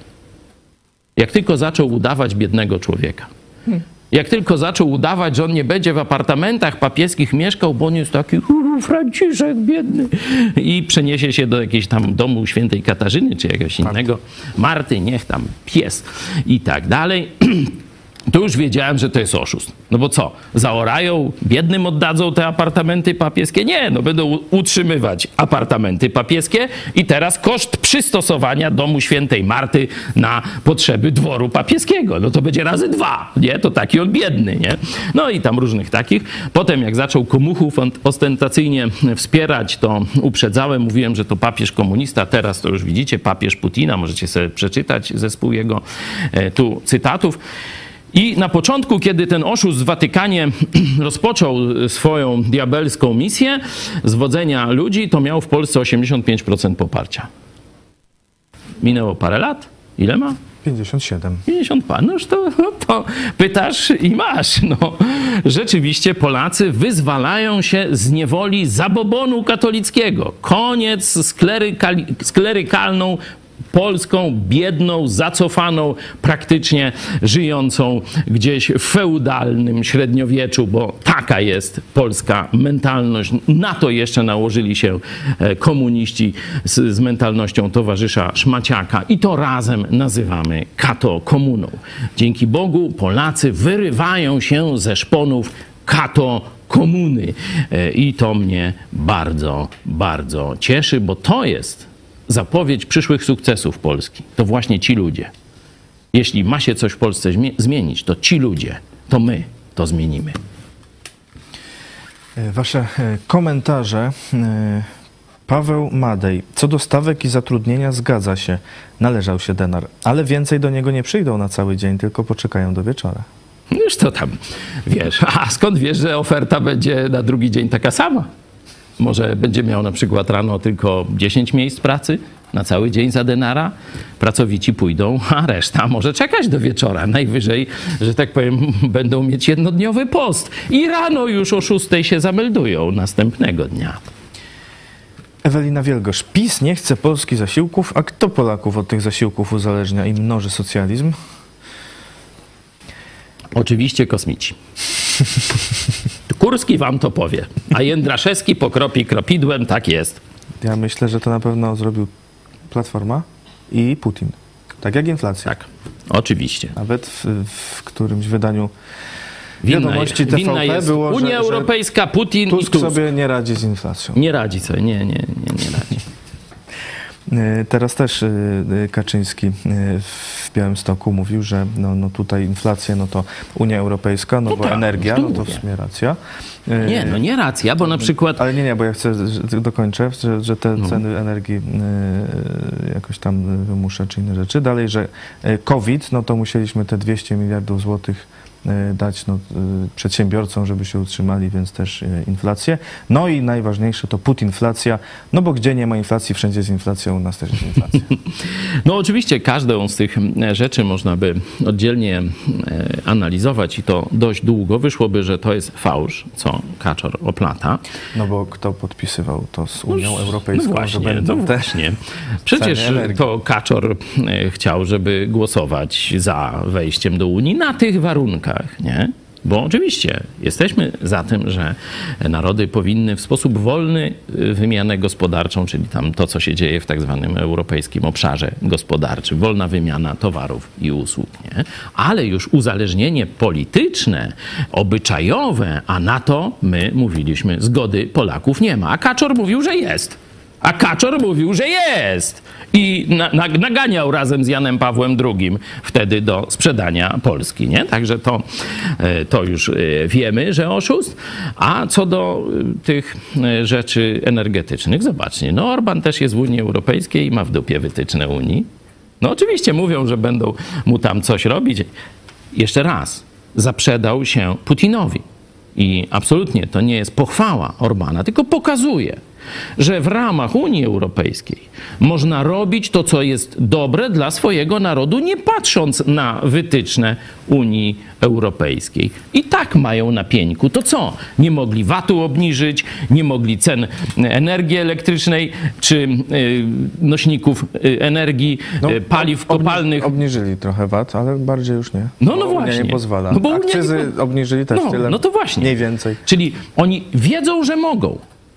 Jak tylko zaczął udawać biednego człowieka. Hmm. Jak tylko zaczął udawać, że on nie będzie w apartamentach papieskich mieszkał, bo on jest taki uu, Franciszek biedny i przeniesie się do jakiegoś tam domu świętej Katarzyny czy jakiegoś innego, Marty, niech tam pies i tak dalej, to już wiedziałem, że to jest oszust. No bo co, zaorają, biednym oddadzą te apartamenty papieskie? Nie, no będą utrzymywać apartamenty papieskie i teraz koszt przystosowania domu świętej Marty na potrzeby dworu papieskiego. No to będzie razy dwa, nie? To taki on biedny, nie? No i tam różnych takich. Potem jak zaczął komuchów ostentacyjnie wspierać, to uprzedzałem, mówiłem, że to papież komunista. Teraz to już widzicie, papież Putina. Możecie sobie przeczytać zespół jego e, tu cytatów. I na początku, kiedy ten oszust w Watykanie rozpoczął swoją diabelską misję zwodzenia ludzi, to miał w Polsce osiemdziesiąt pięć procent poparcia. Minęło parę lat. Ile ma? pięćdziesiąt siedem. pięćdziesiąt pan, no już to, no to pytasz i masz. No. Rzeczywiście Polacy wyzwalają się z niewoli zabobonu katolickiego. Koniec z klerykal, z klerykalną Polską, biedną, zacofaną, praktycznie żyjącą gdzieś w feudalnym średniowieczu, bo taka jest polska mentalność. Na to jeszcze nałożyli się komuniści z, z mentalnością towarzysza Szmaciaka i to razem nazywamy kato-komuną. Dzięki Bogu Polacy wyrywają się ze szponów kato-komuny i to mnie bardzo, bardzo cieszy, bo to jest zapowiedź przyszłych sukcesów Polski. To właśnie ci ludzie. Jeśli ma się coś w Polsce zmienić, to ci ludzie, to my to zmienimy. Wasze komentarze. Paweł Madej. Co do stawek i zatrudnienia zgadza się. Należał się denar. Ale więcej do niego nie przyjdą na cały dzień, tylko poczekają do wieczora. Już to tam, wiesz. A skąd wiesz, że oferta będzie na drugi dzień taka sama? Może będzie miał na przykład rano tylko dziesięć miejsc pracy na cały dzień za denara. Pracowici pójdą, a reszta może czekać do wieczora. Najwyżej, że tak powiem, będą mieć jednodniowy post. I rano już o szóstej się zameldują następnego dnia. Ewelina Wielgosz. PiS nie chce polskich zasiłków, a kto Polaków od tych zasiłków uzależnia i mnoży socjalizm? Oczywiście kosmici. Kurski wam to powie, a Jędraszewski pokropi kropidłem, tak jest. Ja myślę, że to na pewno zrobił Platforma i Putin. Tak jak inflacja. Tak, oczywiście. Nawet w, w którymś wydaniu Winna wiadomości jest, T V winna P jest było, Unia że, Europejska, Putin Tusk i Tusk sobie nie radzi z inflacją. Nie radzi sobie, nie, nie, nie, nie radzi. Teraz też Kaczyński w Białymstoku mówił, że no, no tutaj inflacja, no to Unia Europejska, no, no bo tak, energia, no to w sumie racja. Nie, no nie racja, bo na przykład... Ale nie, nie, bo ja chcę, że, dokończę, że, że te no. ceny energii jakoś tam wymuszę, czy inne rzeczy. Dalej, że COVID, no to musieliśmy te dwieście miliardów złotych e, dać no, e, przedsiębiorcom, żeby się utrzymali, więc też e, inflację. No i najważniejsze to putinflacja, no bo gdzie nie ma inflacji, wszędzie jest inflacja, u nas też jest inflacja. No oczywiście każdą z tych rzeczy można by oddzielnie e, analizować i to dość długo. Wyszłoby, że to jest fałsz, co Kaczor oplata. No bo kto podpisywał to z Unią No, Europejską, no właśnie, że będą no te właśnie. Przecież ceny energii. to Kaczor e, chciał, żeby głosować za wejściem do Unii na tych warunkach, nie? Bo oczywiście jesteśmy za tym, że narody powinny w sposób wolny wymianę gospodarczą, czyli tam to, co się dzieje w tak zwanym europejskim obszarze gospodarczym, wolna wymiana towarów i usług, nie? Ale już uzależnienie polityczne, obyczajowe, a na to my mówiliśmy, zgody Polaków nie ma. A Kaczor mówił, że jest. A Kaczor mówił, że jest. I na, na, naganiał razem z Janem Pawłem drugim wtedy do sprzedania Polski, nie? Także to, to już wiemy, że oszust. A co do tych rzeczy energetycznych, zobaczcie, no Orban też jest w Unii Europejskiej i ma w dupie wytyczne Unii. No oczywiście mówią, że będą mu tam coś robić. Jeszcze raz, zaprzedał się Putinowi. I absolutnie to nie jest pochwała Orbana, tylko pokazuje, że w ramach Unii Europejskiej można robić to, co jest dobre dla swojego narodu, nie patrząc na wytyczne Unii Europejskiej. I tak mają na pieńku. To co? Nie mogli vatu obniżyć, nie mogli cen energii elektrycznej czy nośników energii, No, paliw obni- kopalnych. Obniżyli trochę V A T, ale bardziej już nie. No, no Bo Unia właśnie. nie pozwala. No bo Unia nie Akcyzy po- obniżyli też no, tyle. No to właśnie. Mniej więcej. Czyli oni wiedzą, że mogą,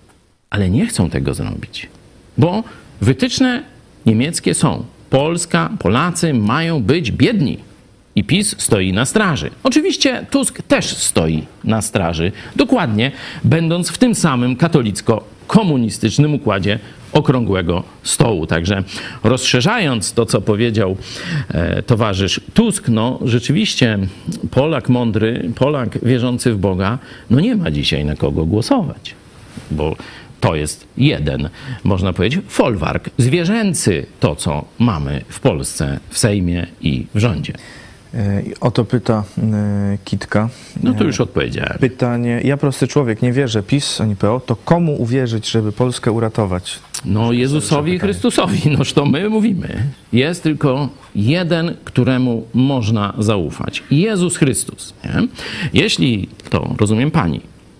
ale nie chcą tego zrobić. Bo wytyczne niemieckie są. Polska, Polacy mają być biedni. I PiS stoi na straży. Oczywiście Tusk też stoi na straży, dokładnie będąc w tym samym katolicko-komunistycznym układzie okrągłego stołu. Także rozszerzając to, co powiedział e, towarzysz Tusk, no rzeczywiście Polak mądry, Polak wierzący w Boga, no nie ma dzisiaj na kogo głosować, bo to jest jeden, można powiedzieć, folwark zwierzęcy, to co mamy w Polsce, w Sejmie i w rządzie. E, O to pyta e, Kitka. No to już odpowiedziałem. Pytanie, ja prosty człowiek, nie wierzę PiS ani P O, to komu uwierzyć, żeby Polskę uratować? No Jezusowi i Chrystusowi, noż to my mówimy. Jest tylko jeden, któremu można zaufać. Jezus Chrystus. Nie? Jeśli to, rozumiem pani,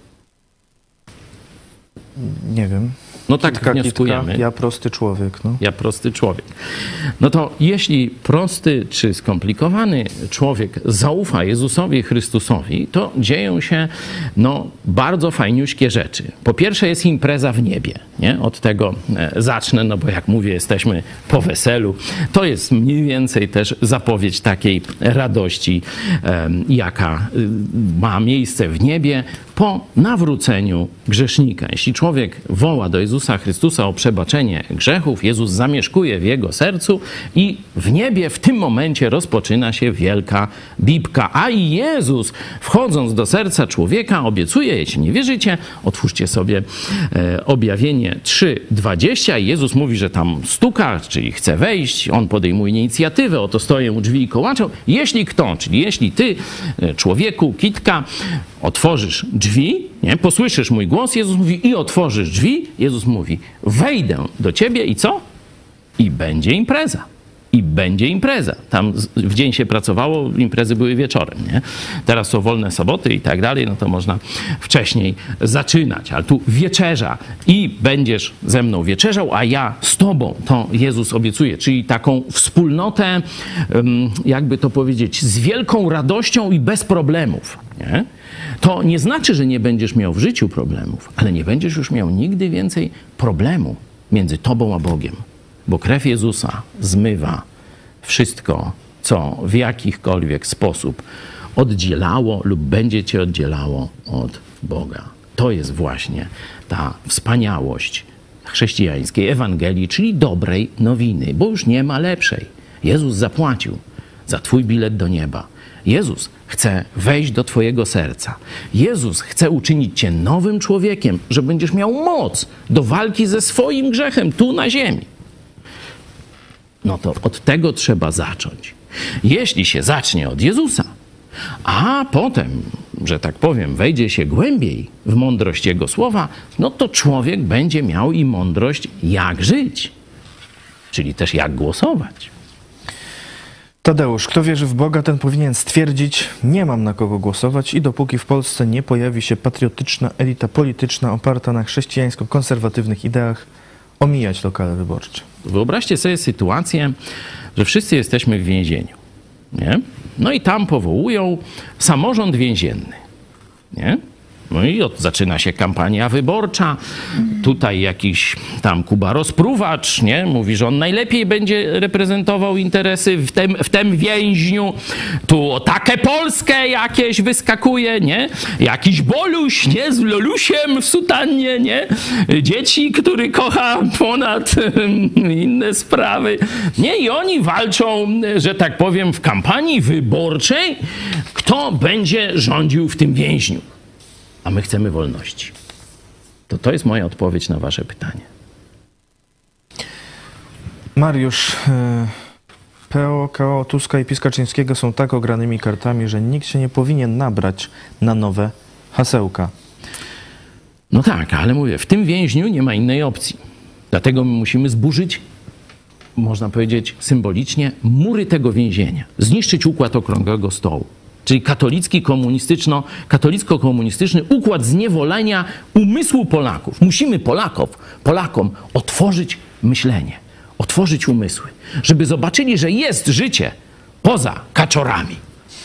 Nie wiem. no tak Kitka, wnioskujemy. Kitka, ja prosty człowiek, no. Ja prosty człowiek. No to jeśli prosty czy skomplikowany człowiek zaufa Jezusowi Chrystusowi, to dzieją się no, bardzo fajniuśkie rzeczy. Po pierwsze jest impreza w niebie. Nie? Od tego e, zacznę, no bo jak mówię, jesteśmy po weselu. To jest mniej więcej też zapowiedź takiej radości, e, jaka y, ma miejsce w niebie po nawróceniu grzesznika. Jeśli człowiek woła do Jezusa Chrystusa o przebaczenie grzechów, Jezus zamieszkuje w jego sercu i w niebie w tym momencie rozpoczyna się wielka bibka. A i Jezus, wchodząc do serca człowieka, obiecuje, jeśli nie wierzycie, otwórzcie sobie e, objawienie trzy dwadzieścia i Jezus mówi, że tam stuka, czyli chce wejść, on podejmuje inicjatywę, oto stoję u drzwi i kołaczę. Jeśli kto, czyli jeśli ty, e, człowieku, Kitka, otworzysz drzwi, nie? Posłyszysz mój głos, Jezus mówi, i otworzysz drzwi, Jezus mówi, wejdę do ciebie i co? I będzie impreza. I będzie impreza. Tam w dzień się pracowało, imprezy były wieczorem, nie? Teraz są wolne soboty i tak dalej, no to można wcześniej zaczynać. Ale tu wieczerza i będziesz ze mną wieczerzał, a ja z tobą, to Jezus obiecuje. Czyli taką wspólnotę, jakby to powiedzieć, z wielką radością i bez problemów, nie? To nie znaczy, że nie będziesz miał w życiu problemów, ale nie będziesz już miał nigdy więcej problemu między tobą a Bogiem. Bo krew Jezusa zmywa wszystko, co w jakikolwiek sposób oddzielało lub będzie cię oddzielało od Boga. To jest właśnie ta wspaniałość chrześcijańskiej Ewangelii, czyli dobrej nowiny, bo już nie ma lepszej. Jezus zapłacił za twój bilet do nieba. Jezus chce wejść do twojego serca. Jezus chce uczynić cię nowym człowiekiem, że będziesz miał moc do walki ze swoim grzechem tu na ziemi. No to od tego trzeba zacząć. Jeśli się zacznie od Jezusa, A potem, że tak powiem, wejdzie się głębiej w mądrość Jego słowa, no to człowiek będzie miał i mądrość, jak żyć, czyli też jak głosować. Tadeusz, kto wierzy w Boga, ten powinien stwierdzić, nie mam na kogo głosować i dopóki w Polsce nie pojawi się patriotyczna elita polityczna oparta na chrześcijańsko-konserwatywnych ideach, omijać lokale wyborcze. Wyobraźcie sobie sytuację, że wszyscy jesteśmy w więzieniu, nie? No i tam powołują samorząd więzienny, nie? No i od, zaczyna się kampania wyborcza. Tutaj jakiś tam Kuba Rozpruwacz, nie? Mówi, że on najlepiej będzie reprezentował interesy w tym, w tym więźniu. Tu o takie Polskę jakieś wyskakuje, nie? Jakiś Boluś, nie? Z Lolusiem w sutannie, nie? Dzieci, który kocha ponad inne sprawy. Nie? I oni walczą, że tak powiem, w kampanii wyborczej, kto będzie rządził w tym więźniu. A my chcemy wolności. To to jest moja odpowiedź na wasze pytanie. Mariusz, P O, K O, Tuska i PiS Kaczyńskiego są tak ogranymi kartami, że nikt się nie powinien nabrać na nowe hasełka. No tak, ale mówię, w tym więźniu nie ma innej opcji. Dlatego my musimy zburzyć, można powiedzieć symbolicznie, mury tego więzienia. Zniszczyć układ okrągłego stołu. Czyli katolicki, komunistyczno, katolicko-komunistyczny układ zniewolenia umysłu Polaków. Musimy Polaków, Polakom otworzyć myślenie, otworzyć umysły, żeby zobaczyli, że jest życie poza kaczorami.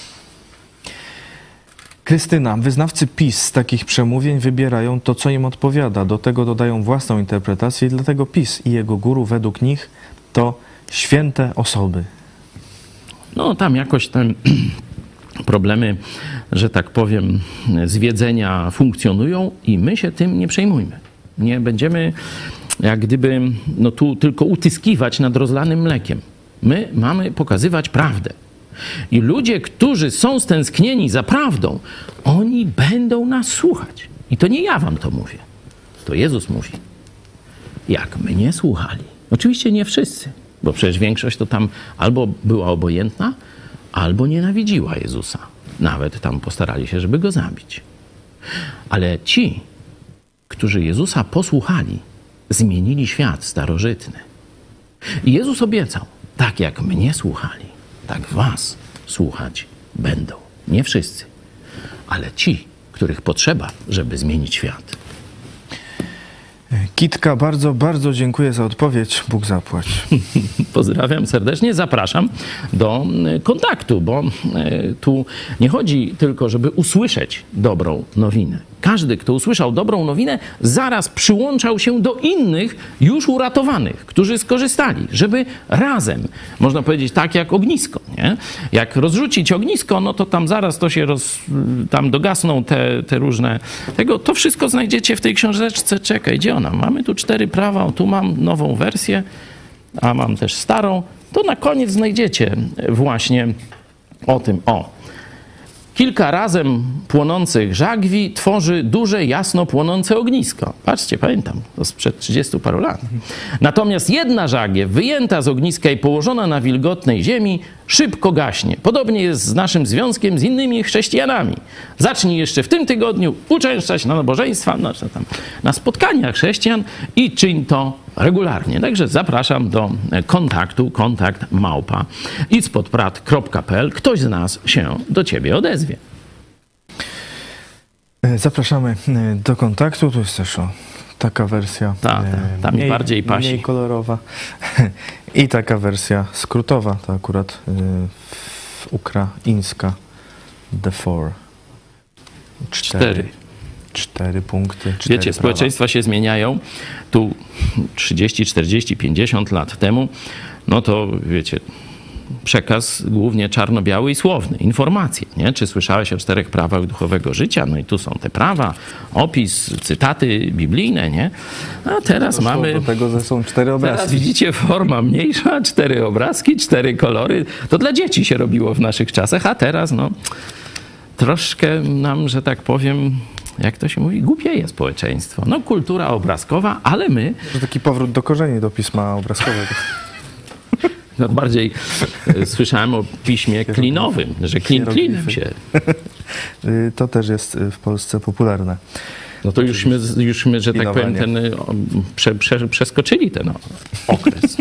Krystyna, wyznawcy PiS z takich przemówień wybierają to, co im odpowiada. Do tego dodają własną interpretację i dlatego PiS i jego guru według nich to święte osoby. No tam jakoś ten... problemy, że tak powiem, zwiedzenia funkcjonują i my się tym nie przejmujmy. Nie będziemy jak gdyby no tu tylko utyskiwać nad rozlanym mlekiem. My mamy pokazywać prawdę. I ludzie, którzy są stęsknieni za prawdą, oni będą nas słuchać. I to nie ja wam to mówię. To Jezus mówi. Jak mnie słuchali. Oczywiście nie wszyscy, bo przecież większość to tam albo była obojętna, albo nienawidziła Jezusa. Nawet tam postarali się, żeby go zabić. Ale ci, którzy Jezusa posłuchali, zmienili świat starożytny. I Jezus obiecał, tak jak mnie słuchali, tak was słuchać będą. Nie wszyscy, ale ci, których potrzeba, żeby zmienić świat. Kitka, bardzo, bardzo dziękuję za odpowiedź. Bóg zapłać. Pozdrawiam serdecznie, zapraszam do kontaktu, bo tu nie chodzi tylko, żeby usłyszeć dobrą nowinę. Każdy, kto usłyszał dobrą nowinę, zaraz przyłączał się do innych już uratowanych, którzy skorzystali, żeby razem, można powiedzieć tak jak ognisko, nie? Jak rozrzucić ognisko, no to tam zaraz to się roz, tam dogasną te, te różne tego, to wszystko znajdziecie w tej książeczce. Czekaj, gdzie ona? Mamy tu cztery prawa, o, tu mam nową wersję, a mam też starą. To na koniec znajdziecie właśnie o tym, o. Kilka razem płonących żagwi tworzy duże, jasno płonące ognisko. Patrzcie, pamiętam, to sprzed trzydziestu paru lat. Natomiast jedna żagiew wyjęta z ogniska i położona na wilgotnej ziemi szybko gaśnie. Podobnie jest z naszym związkiem z innymi chrześcijanami. Zacznij jeszcze w tym tygodniu uczęszczać na nabożeństwa, no, tam, na spotkania chrześcijan i czyń to regularnie. Także zapraszam do kontaktu, kontakt małpa idźspodprat kropka p l. Ktoś z nas się do ciebie odezwie. Zapraszamy do kontaktu. Tu jest też o, taka wersja Ta, ta, ta mi mniej, bardziej pasi. mniej kolorowa i taka wersja skrótowa, to akurat y, ukraińska The Four. Cztery. Cztery punkty. Cztery Wiecie, prawa. społeczeństwa się zmieniają. Tu trzydzieści, czterdzieści, pięćdziesiąt lat temu, no to wiecie, przekaz głównie czarno-biały i słowny, informacje, nie? Czy słyszałeś o czterech prawach duchowego życia? No i tu są te prawa, opis, cytaty biblijne, nie? A teraz Doszło mamy... do tego, że są cztery obrazki. Teraz widzicie, forma mniejsza, cztery obrazki, cztery kolory. To dla dzieci się robiło w naszych czasach, a teraz no troszkę nam, że tak powiem, jak to się mówi, głupieje społeczeństwo. No kultura obrazkowa, ale my... To taki powrót do korzeni, do pisma obrazkowego. No, bardziej e, słyszałem o piśmie klinowym, że klin klinem się. Y, To też jest w Polsce popularne. No to jużśmy, jużśmy że tak powiem, ten, o, prze, prze, przeskoczyli ten okres.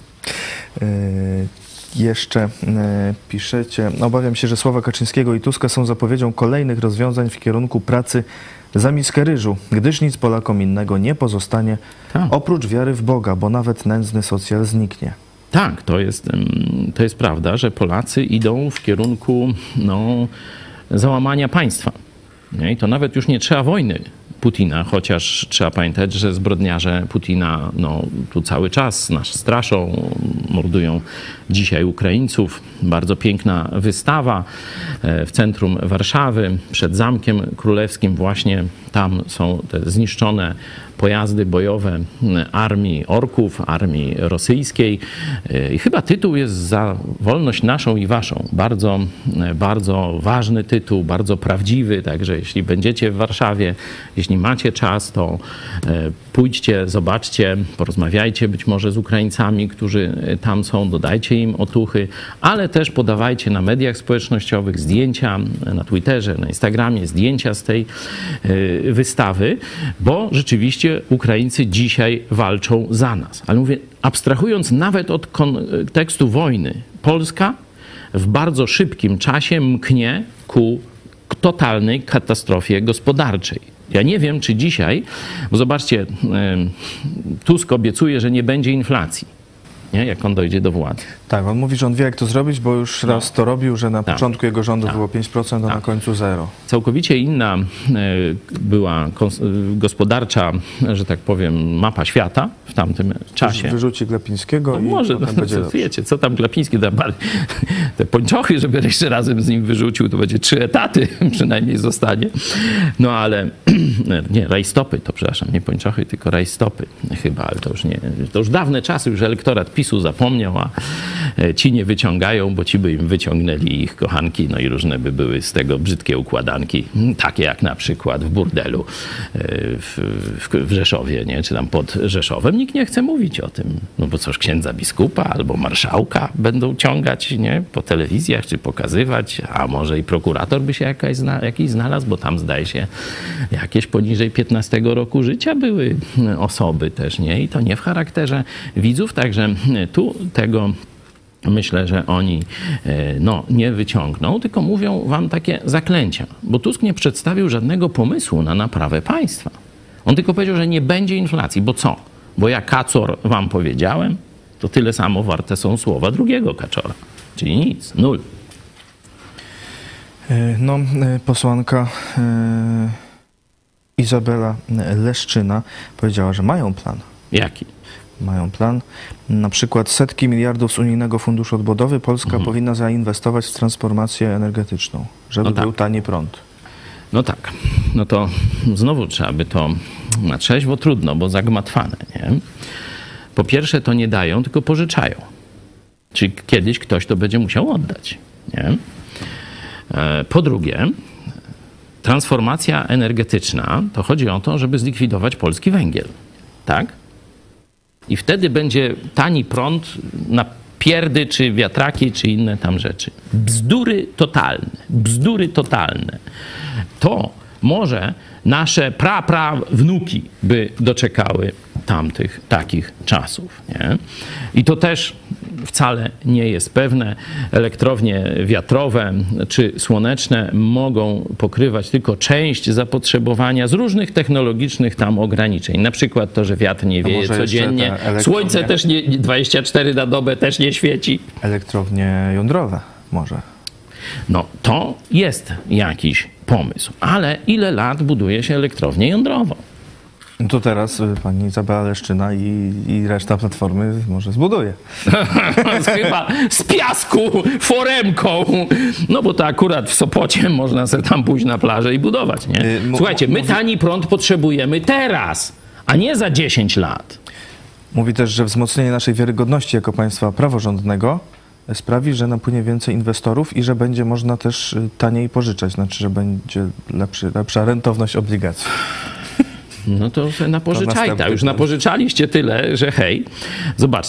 Y, Jeszcze y, piszecie, obawiam się, że słowa Kaczyńskiego i Tuska są zapowiedzią kolejnych rozwiązań w kierunku pracy za miskę ryżu, gdyż nic Polakom innego nie pozostanie Tak. oprócz wiary w Boga, bo nawet nędzny socjal zniknie. Tak, to jest, ym, to jest prawda, że Polacy idą w kierunku no, załamania państwa. Nie? I to nawet już nie trzeba wojny Putina, chociaż trzeba pamiętać, że zbrodniarze Putina no, tu cały czas nas straszą, mordują dzisiaj Ukraińców. Bardzo piękna wystawa w centrum Warszawy, przed Zamkiem Królewskim właśnie. Tam są te zniszczone pojazdy bojowe armii orków, armii rosyjskiej. I chyba tytuł jest Za wolność naszą i waszą. Bardzo, bardzo ważny tytuł, bardzo prawdziwy. Także jeśli będziecie w Warszawie, jeśli macie czas, to pójdźcie, zobaczcie, porozmawiajcie być może z Ukraińcami, którzy tam są, dodajcie im otuchy, ale też podawajcie na mediach społecznościowych zdjęcia, na Twitterze, na Instagramie, zdjęcia z tej wystawy, bo rzeczywiście Ukraińcy dzisiaj walczą za nas. Ale mówię, abstrahując nawet od kontekstu wojny, Polska w bardzo szybkim czasie mknie ku totalnej katastrofie gospodarczej. Ja nie wiem, czy dzisiaj, bo zobaczcie, Tusk obiecuje, że nie będzie inflacji, nie? Jak on dojdzie do władzy. Tak, on mówi, że on wie, jak to zrobić, bo już raz No. to robił, że na Tak. początku jego rządu Tak. było pięć procent, a Tak. na końcu zero. Całkowicie inna e, była kons- gospodarcza, że tak powiem, mapa świata w tamtym czasie. Wyrzuci Glapińskiego No i może, potem no, będzie co, dobrze. wiecie, co tam Glapiński, da bar- te pończochy, żeby jeszcze razem z nim wyrzucił, to będzie trzy etaty przynajmniej zostanie. No ale, nie, rajstopy to, przepraszam, nie pończochy, tylko rajstopy chyba, ale to już nie, to już dawne czasy, już elektorat PiSu zapomniał, a ci nie wyciągają, bo ci by im wyciągnęli ich kochanki, no i różne by były z tego brzydkie układanki, takie jak na przykład w burdelu w, w, w Rzeszowie, nie? Czy tam pod Rzeszowem. Nikt nie chce mówić o tym, no bo coś księdza biskupa albo marszałka będą ciągać, nie? Po telewizjach, czy pokazywać, a może i prokurator by się jakaś zna, jakiś znalazł, bo tam zdaje się jakieś poniżej piętnastego roku życia były osoby też, nie? I to nie w charakterze widzów, także tu tego myślę, że oni no, nie wyciągną, tylko mówią wam takie zaklęcia. Bo Tusk nie przedstawił żadnego pomysłu na naprawę państwa. On tylko powiedział, że nie będzie inflacji. Bo co? Bo ja Kacor wam powiedziałem, to tyle samo warte są słowa drugiego Kaczora. Czyli nic, nul. No, posłanka Izabela Leszczyna powiedziała, że mają plan. Jaki? Mają plan. Na przykład setki miliardów z Unijnego Funduszu Odbudowy Polska Mhm. powinna zainwestować w transformację energetyczną, żeby No tak. był tani prąd. No tak, no to znowu trzeba by to na trzeźwo trudno, bo zagmatwane, nie? Po pierwsze to nie dają, tylko pożyczają. Czyli kiedyś ktoś to będzie musiał oddać, nie? Po drugie, transformacja energetyczna to chodzi o to, żeby zlikwidować polski węgiel, tak? I wtedy będzie tani prąd na pierdy, czy wiatraki, czy inne tam rzeczy. Bzdury totalne, bzdury totalne. To może nasze pra-pra-wnuki by doczekały tamtych takich czasów, nie? I to też wcale nie jest pewne. Elektrownie wiatrowe czy słoneczne mogą pokrywać tylko część zapotrzebowania z różnych technologicznych tam ograniczeń. Na przykład to, że wiatr nie wieje może jeszcze codziennie, te elektrownie- słońce też nie, dwadzieścia cztery na dobę też nie świeci. Elektrownie jądrowe może. No to jest jakiś pomysł. Ale ile lat buduje się elektrownię jądrową? No to teraz y, pani Izabela Leszczyna i, i reszta Platformy może zbuduje. Chyba z piasku, foremką. No bo to akurat w Sopocie można sobie tam pójść na plażę i budować, nie? Y, mu- Słuchajcie, my mówi- tani prąd potrzebujemy teraz, a nie za dziesięć lat. Mówi też, że wzmocnienie naszej wiarygodności jako państwa praworządnego sprawi, że napłynie więcej inwestorów i że będzie można też y, taniej pożyczać. Znaczy, że będzie lepszy, lepsza rentowność obligacji. No to sobie napożyczajcie. następny Już plan. napożyczaliście tyle, że hej. Zobaczcie.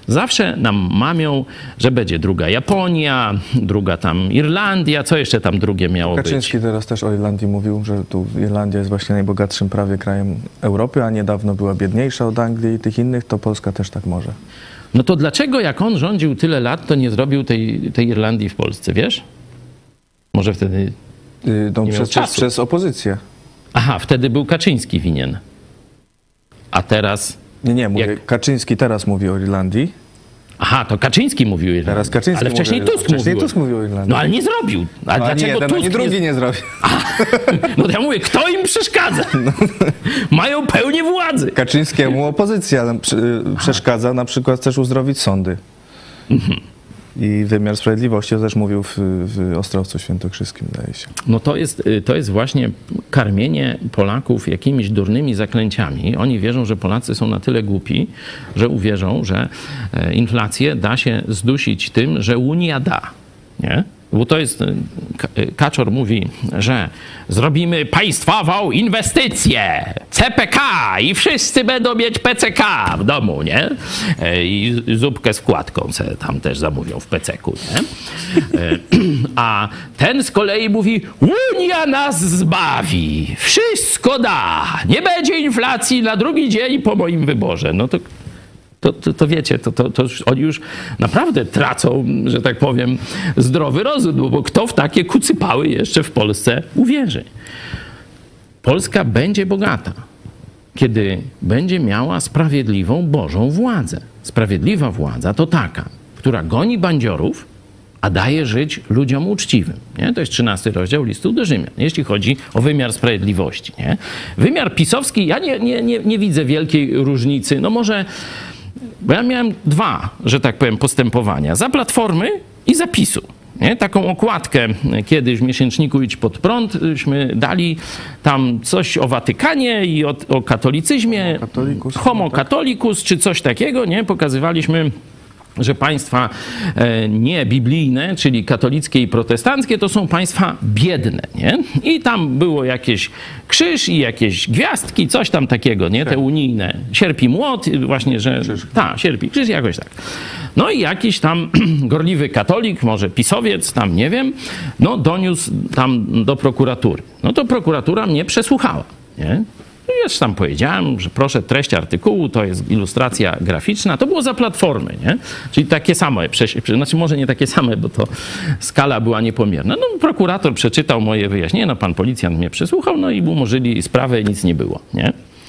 Zawsze nam mamią, że będzie druga Japonia, druga tam Irlandia, co jeszcze tam drugie miało Kaczyński być? teraz też o Irlandii mówił, że tu Irlandia jest właśnie najbogatszym prawie krajem Europy, a niedawno była biedniejsza od Anglii i tych innych, to Polska też tak może. No to dlaczego jak on rządził tyle lat, to nie zrobił tej, tej Irlandii w Polsce, wiesz? Może wtedy... Yy, no, Nie miał przez, przez, czasu. przez opozycję. Aha, wtedy był Kaczyński winien. A teraz... Nie, nie, mówię, Jak- Kaczyński teraz mówi o Irlandii. Aha, to Kaczyński mówił o Irlandii. Teraz Kaczyński ale mówi wcześniej o Irlandii. Tusk Wcześniej mówił. Tusk mówił o Irlandii. No ale nie zrobił. A No, ani dlaczego jeden, Tusk ani drugi nie zrobił. No to ja mówię, kto im przeszkadza? Mają pełnię władzy. Kaczyńskiemu opozycja ale przy- przeszkadza na przykład też uzdrowić sądy. I wymiar sprawiedliwości, to też mówił w, w Ostrowcu Świętokrzyskim, wydaje się. No to jest, to jest właśnie karmienie Polaków jakimiś durnymi zaklęciami. Oni wierzą, że Polacy są na tyle głupi, że uwierzą, że e, inflację da się zdusić tym, że Unia da. Nie? Bo to jest, Ka- Kaczor mówi, że zrobimy państwową inwestycję, C P K i wszyscy będą mieć P C K w domu, nie? E, I zupkę z wkładką se tam też zamówią w P C ku, nie? E, A ten z kolei mówi, Unia nas zbawi, wszystko da, nie będzie inflacji na drugi dzień po moim wyborze. No to To, to, to wiecie, to, to, to już, oni już naprawdę tracą, że tak powiem, zdrowy rozum, bo kto w takie kucypały jeszcze w Polsce uwierzy? Polska będzie bogata, kiedy będzie miała sprawiedliwą Bożą władzę. Sprawiedliwa władza to taka, która goni bandziorów, a daje żyć ludziom uczciwym. Nie? To jest trzynasty rozdział listu do Rzymian, jeśli chodzi o wymiar sprawiedliwości. Nie? Wymiar pisowski, ja nie, nie, nie, nie widzę wielkiej różnicy. No może... Bo ja miałem dwa, że tak powiem, postępowania. Za Platformy i za PiSu. Nie? Taką okładkę kiedyś w miesięczniku Idź Pod Prądśmy dali tam coś o Watykanie i o, o katolicyzmie. Katolikus. Homo Catholicus czy coś takiego. Nie? Pokazywaliśmy, że państwa e, niebiblijne, czyli katolickie i protestanckie, to są państwa biedne, nie? I tam było jakieś krzyż i jakieś gwiazdki, coś tam takiego, nie? Te unijne. Sierp i młot, właśnie, że... Tak, sierp i krzyż, jakoś tak. No i jakiś tam gorliwy katolik, może pisowiec, tam nie wiem, no doniósł tam do prokuratury. No to prokuratura mnie przesłuchała, nie? Już tam powiedziałem, że proszę, treść artykułu to jest ilustracja graficzna. To było za Platformy, nie? Czyli takie same, znaczy może nie takie same, bo to skala była niepomierna. No prokurator przeczytał moje wyjaśnienie, no pan policjant mnie przesłuchał, no i umorzyli sprawę i nic nie było, nie?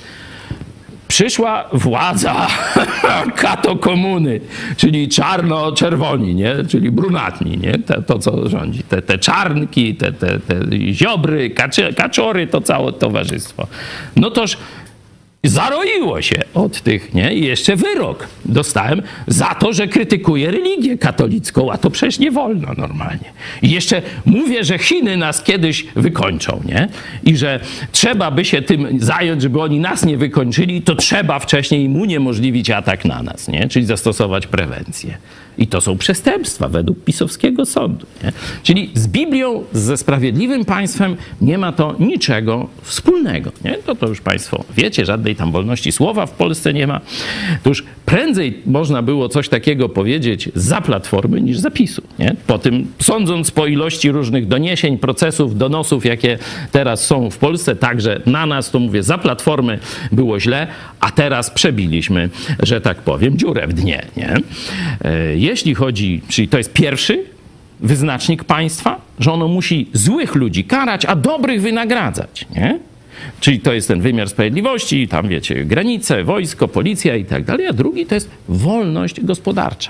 Przyszła władza kato komuny, czyli czarno-czerwoni, nie? Czyli brunatni, nie? Te, to, co rządzi. Te, te czarnki, te, te, te ziobry, kaczy, kaczory, to całe towarzystwo. No toż zaroiło się od tych, nie? I jeszcze wyrok dostałem za to, że krytykuję religię katolicką, a to przecież nie wolno normalnie. I jeszcze mówię, że Chiny nas kiedyś wykończą, nie? I że trzeba by się tym zająć, żeby oni nas nie wykończyli, to trzeba wcześniej im uniemożliwić atak na nas, nie? Czyli zastosować prewencję. I to są przestępstwa według pisowskiego sądu, nie? Czyli z Biblią, ze sprawiedliwym państwem nie ma to niczego wspólnego, nie? To, to już państwo wiecie, żadnej tam wolności słowa w Polsce nie ma. To już prędzej można było coś takiego powiedzieć za Platformy niż za PiSu, nie? Po tym, sądząc po ilości różnych doniesień, procesów, donosów, jakie teraz są w Polsce, także na nas, to mówię, za Platformy było źle, a teraz przebiliśmy, że tak powiem, dziurę w dnie, nie? Jeśli chodzi, czyli to jest pierwszy wyznacznik państwa, że ono musi złych ludzi karać, a dobrych wynagradzać, nie? Czyli to jest ten wymiar sprawiedliwości, tam wiecie, granice, wojsko, policja i tak dalej, a drugi to jest wolność gospodarcza.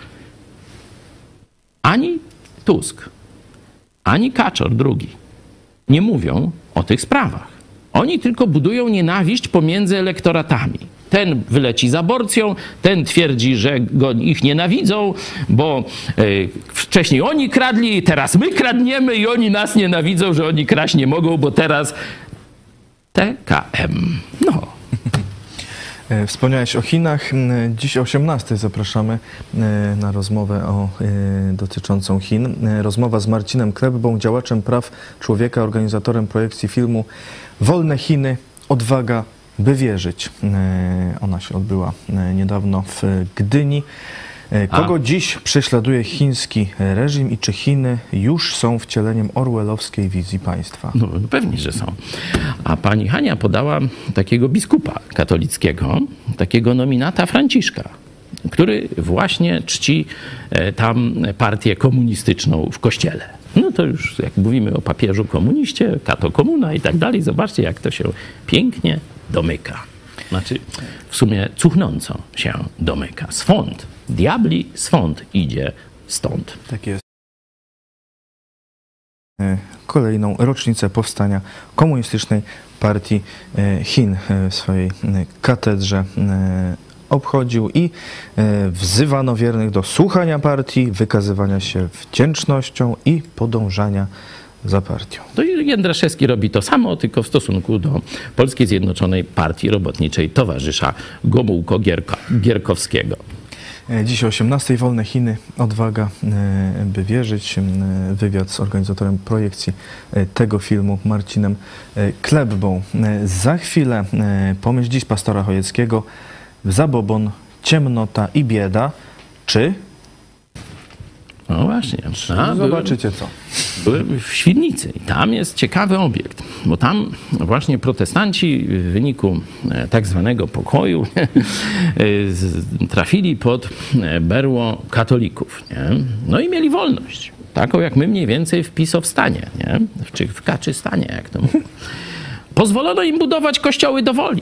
Ani Tusk, ani Kaczor drugi nie mówią o tych sprawach. Oni tylko budują nienawiść pomiędzy elektoratami. Ten wyleci z aborcją, ten twierdzi, że go, ich nienawidzą, bo y, wcześniej oni kradli, teraz my kradniemy i oni nas nienawidzą, że oni kraść nie mogą, bo teraz T K M. No. Wspomniałeś o Chinach. Dziś o osiemnastej zapraszamy na rozmowę o, dotyczącą Chin. Rozmowa z Marcinem Klebbą, działaczem praw człowieka, organizatorem projekcji filmu Wolne Chiny, odwaga by wierzyć. Ona się odbyła niedawno w Gdyni. Kogo A. dziś prześladuje chiński reżim i czy Chiny już są wcieleniem orwellowskiej wizji państwa? No pewnie, że są. A pani Hania podała takiego biskupa katolickiego, takiego nominata Franciszka, który właśnie czci e, tam partię komunistyczną w kościele. No to już jak mówimy o papieżu komuniście, kato komuna i tak dalej, zobaczcie jak to się pięknie domyka. Znaczy w sumie cuchnąco się domyka. Swąd, diabli swąd idzie stąd. Tak jest. Kolejną rocznicę powstania Komunistycznej Partii Chin w swojej katedrze obchodził i wzywano wiernych do słuchania partii, wykazywania się wdzięcznością i podążania za partią. To Jędraszewski robi to samo, tylko w stosunku do Polskiej Zjednoczonej Partii Robotniczej towarzysza Gomułko-Gierkowskiego. Dziś o osiemnastej Wolne Chiny, odwaga, by wierzyć. Wywiad z organizatorem projekcji tego filmu, Marcinem Klebbą. Za chwilę pomyśl dziś pastora Chojeckiego, zabobon, ciemnota i bieda, czy... No właśnie. A, Zobaczycie co. Byłem w Świdnicy i tam jest ciekawy obiekt, bo tam właśnie protestanci w wyniku tak zwanego pokoju trafili pod berło katolików. Nie? No i mieli wolność. Taką jak my mniej więcej w pisowstanie, nie? Czy w kaczystanie, jak to mówią. Pozwolono im budować kościoły do woli.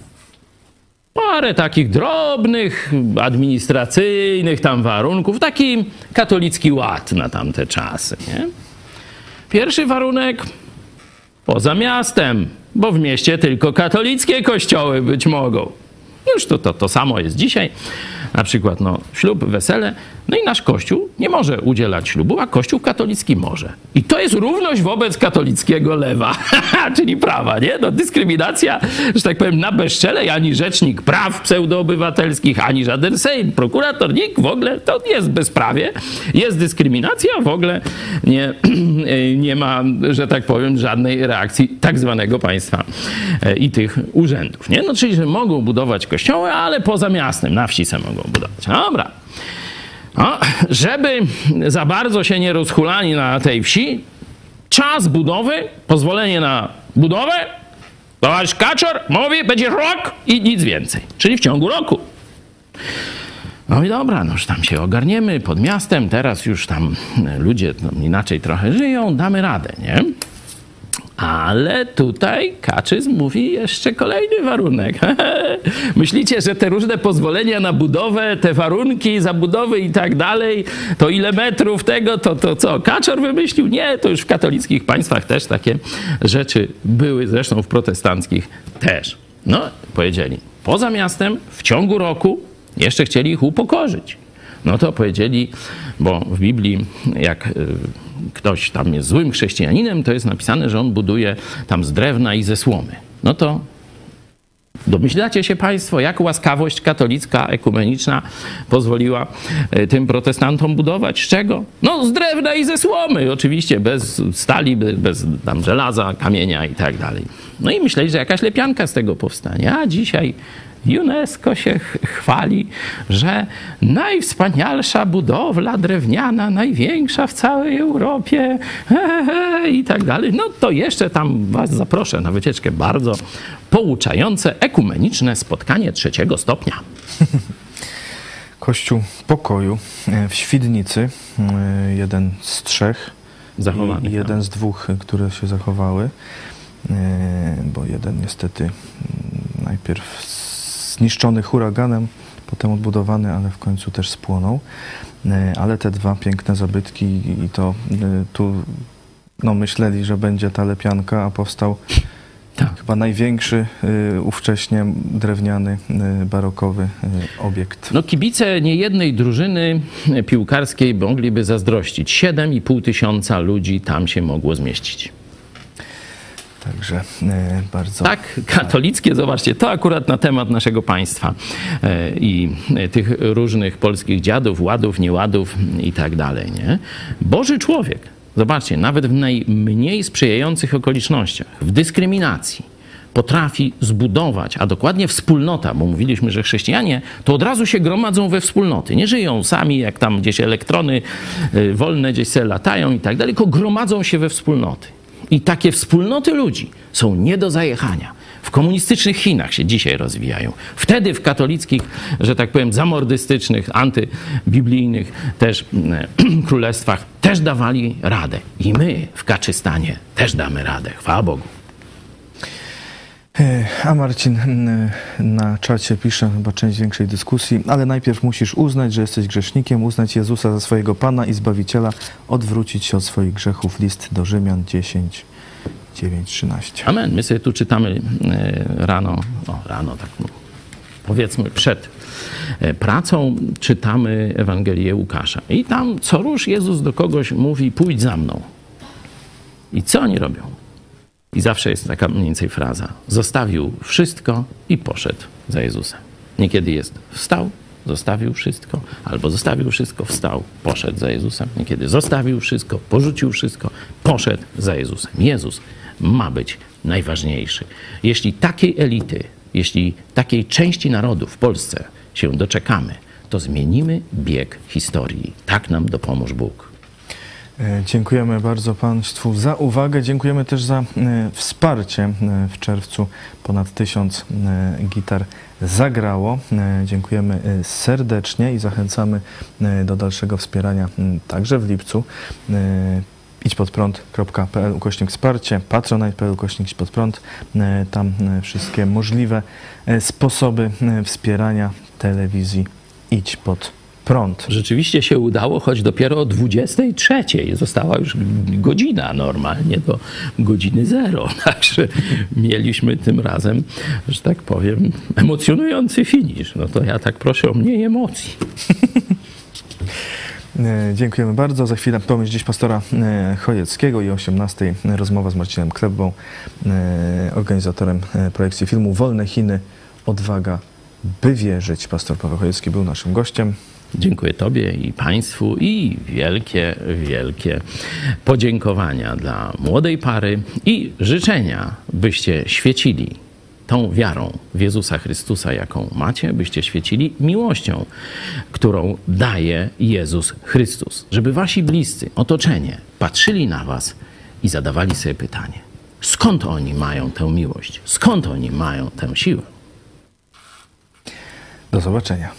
Parę takich drobnych, administracyjnych tam warunków, taki katolicki ład na tamte czasy, nie? Pierwszy warunek poza miastem, bo w mieście tylko katolickie kościoły być mogą. Już to, to, to samo jest dzisiaj. Na przykład no, ślub, wesele. No i nasz Kościół nie może udzielać ślubu, a Kościół katolicki może. I to jest równość wobec katolickiego lewa, czyli prawa, nie? No, dyskryminacja, że tak powiem, na bezczele, ani rzecznik praw pseudoobywatelskich, ani żaden sejm, prokurator, nikt w ogóle, to jest bezprawie, jest dyskryminacja, w ogóle nie, nie ma, że tak powiem, żadnej reakcji tak zwanego państwa i tych urzędów, nie? No, czyli, że mogą budować kościoły, ale poza miastem, na wsi se mogą budować. Dobra. No, żeby za bardzo się nie rozhulali na tej wsi, czas budowy, pozwolenie na budowę, towarzysz Kaczor mówi, będzie rok i nic więcej. Czyli w ciągu roku. No i dobra, no już tam się ogarniemy pod miastem, teraz już tam ludzie tam inaczej trochę żyją, damy radę, nie? Ale tutaj Kaczyz mówi jeszcze kolejny warunek. Myślicie, że te różne pozwolenia na budowę, te warunki zabudowy i tak dalej, to ile metrów tego, to, to co? Kaczor wymyślił? Nie, to już w katolickich państwach też takie rzeczy były, zresztą w protestanckich też. No, powiedzieli, poza miastem w ciągu roku jeszcze chcieli ich upokorzyć. No to powiedzieli, bo w Biblii jak ktoś tam jest złym chrześcijaninem, to jest napisane, że on buduje tam z drewna i ze słomy. No to domyślacie się państwo, jak łaskawość katolicka, ekumeniczna pozwoliła tym protestantom budować? Z czego? No z drewna i ze słomy. Oczywiście bez stali, bez tam żelaza, kamienia i tak dalej. No i myśleli, że jakaś lepianka z tego powstanie. A dzisiaj UNESCO się chwali, że najwspanialsza budowla drewniana, największa w całej Europie i tak dalej. No to jeszcze tam was zaproszę na wycieczkę bardzo pouczające, ekumeniczne spotkanie trzeciego stopnia. Kościół Pokoju w Świdnicy, jeden z trzech Zachowanych, i jeden no. z dwóch, które się zachowały, bo jeden niestety najpierw zniszczony huraganem, potem odbudowany, ale w końcu też spłonął. Ale te dwa piękne zabytki i to tu no, myśleli, że będzie ta lepianka, a powstał tak. chyba największy ówcześnie drewniany, barokowy obiekt. No kibice niejednej drużyny piłkarskiej mogliby zazdrościć. siedem i pół tysiąca ludzi tam się mogło zmieścić. Także e, bardzo... Tak, katolickie, zobaczcie, to akurat na temat naszego państwa e, i tych różnych polskich dziadów, ładów, nieładów i tak dalej, nie? Boży człowiek, zobaczcie, nawet w najmniej sprzyjających okolicznościach, w dyskryminacji, potrafi zbudować, a dokładnie wspólnota, bo mówiliśmy, że chrześcijanie to od razu się gromadzą we wspólnoty. Nie żyją sami, jak tam gdzieś elektrony y, wolne gdzieś se latają i tak dalej, tylko gromadzą się we wspólnoty. I takie wspólnoty ludzi są nie do zajechania. W komunistycznych Chinach się dzisiaj rozwijają. Wtedy w katolickich, że tak powiem, zamordystycznych, antybiblijnych też e, królestwach też dawali radę. I my w Kaczystanie też damy radę. Chwała Bogu. A Marcin na czacie pisze chyba część większej dyskusji, ale najpierw musisz uznać, że jesteś grzesznikiem, uznać Jezusa za swojego Pana i Zbawiciela, odwrócić się od swoich grzechów. List do Rzymian dziesięć, dziewięć, trzynaście. Amen. My sobie tu czytamy rano, o rano tak no, powiedzmy przed pracą, czytamy Ewangelię Łukasza. I tam co rusz Jezus do kogoś mówi, pójdź za mną. I co oni robią? I zawsze jest taka mniej więcej fraza. Zostawił wszystko i poszedł za Jezusem. Niekiedy jest wstał, zostawił wszystko, albo zostawił wszystko, wstał, poszedł za Jezusem. Niekiedy zostawił wszystko, porzucił wszystko, poszedł za Jezusem. Jezus ma być najważniejszy. Jeśli takiej elity, jeśli takiej części narodu w Polsce się doczekamy, to zmienimy bieg historii. Tak nam dopomóż Bóg. Dziękujemy bardzo Państwu za uwagę. Dziękujemy też za wsparcie. W czerwcu ponad tysiąc gitar zagrało. Dziękujemy serdecznie i zachęcamy do dalszego wspierania także w lipcu. idźpodprąd kropka p l ukośnik wsparcie, patronite kropka p l ukośnik idźpodprąd. Tam wszystkie możliwe sposoby wspierania telewizji Idź Pod Prąd. Rzeczywiście się udało, choć dopiero o dwudziestej trzeciej została już godzina normalnie do godziny zero. Także mieliśmy tym razem, że tak powiem, emocjonujący finisz. No to ja tak proszę o mniej emocji. Dziękujemy bardzo. Za chwilę pomyśl dziś pastora Chojeckiego i o osiemnastej rozmowa z Marcinem Klebbą, organizatorem projekcji filmu Wolne Chiny. Odwaga, by wierzyć. Pastor Paweł Chojecki był naszym gościem. Dziękuję Tobie i Państwu i wielkie, wielkie podziękowania dla młodej pary i życzenia, byście świecili tą wiarą w Jezusa Chrystusa, jaką macie, byście świecili miłością, którą daje Jezus Chrystus. Żeby wasi bliscy, otoczenie patrzyli na was i zadawali sobie pytanie, skąd oni mają tę miłość, skąd oni mają tę siłę. Do zobaczenia.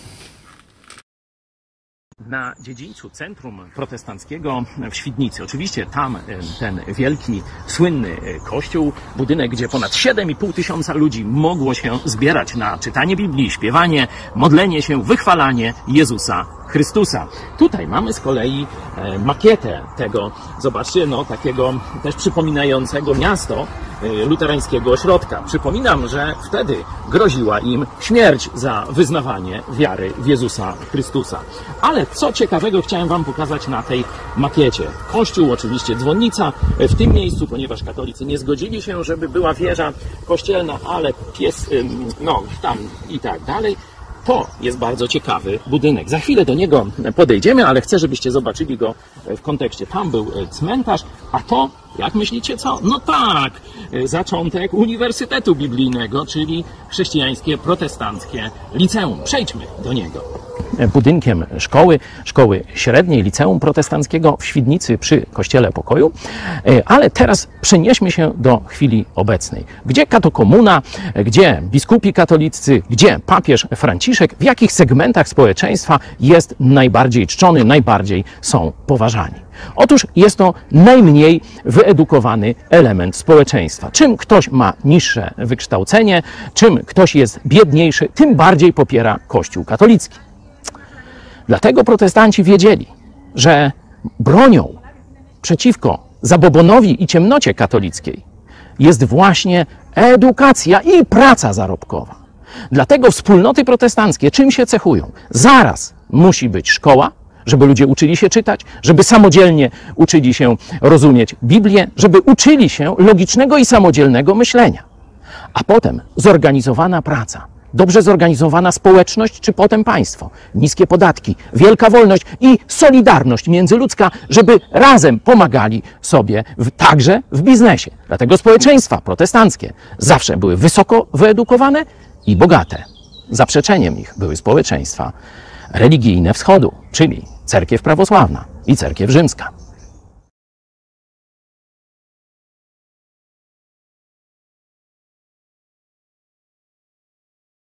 Na dziedzińcu Centrum Protestanckiego w Świdnicy. Oczywiście tam ten wielki, słynny kościół, budynek, gdzie ponad siedem i pół tysiąca ludzi mogło się zbierać na czytanie Biblii, śpiewanie, modlenie się, wychwalanie Jezusa Chrystusa. Tutaj mamy z kolei makietę tego, zobaczcie, no takiego też przypominającego miasto luterańskiego ośrodka. Przypominam, że wtedy groziła im śmierć za wyznawanie wiary w Jezusa Chrystusa. Ale co ciekawego chciałem wam pokazać na tej makiecie. Kościół, oczywiście dzwonnica w tym miejscu, ponieważ katolicy nie zgodzili się, żeby była wieża kościelna, ale pies, no tam i tak dalej. To jest bardzo ciekawy budynek. Za chwilę do niego podejdziemy, ale chcę, żebyście zobaczyli go w kontekście. Tam był cmentarz, a to, jak myślicie co? No tak, zaczątek Uniwersytetu Biblijnego, czyli chrześcijańskie, protestanckie liceum. Przejdźmy do niego. Budynkiem szkoły, szkoły średniej, liceum protestanckiego w Świdnicy przy Kościele Pokoju. Ale teraz przenieśmy się do chwili obecnej. Gdzie katokomuna, gdzie biskupi katolicy, gdzie papież Franciszek, w jakich segmentach społeczeństwa jest najbardziej czczony, najbardziej są poważani. Otóż jest to najmniej wyedukowany element społeczeństwa. Czym ktoś ma niższe wykształcenie, czym ktoś jest biedniejszy, tym bardziej popiera Kościół katolicki. Dlatego protestanci wiedzieli, że bronią przeciwko zabobonowi i ciemnocie katolickiej jest właśnie edukacja i praca zarobkowa. Dlatego wspólnoty protestanckie czym się cechują? Zaraz musi być szkoła, żeby ludzie uczyli się czytać, żeby samodzielnie uczyli się rozumieć Biblię, żeby uczyli się logicznego i samodzielnego myślenia. A potem zorganizowana praca. dobrze zorganizowana społeczność, czy potem państwo. Niskie podatki, wielka wolność i solidarność międzyludzka, żeby razem pomagali sobie w, także w biznesie. Dlatego społeczeństwa protestanckie zawsze były wysoko wyedukowane i bogate. Zaprzeczeniem ich były społeczeństwa religijne wschodu, czyli cerkiew prawosławna i cerkiew rzymska.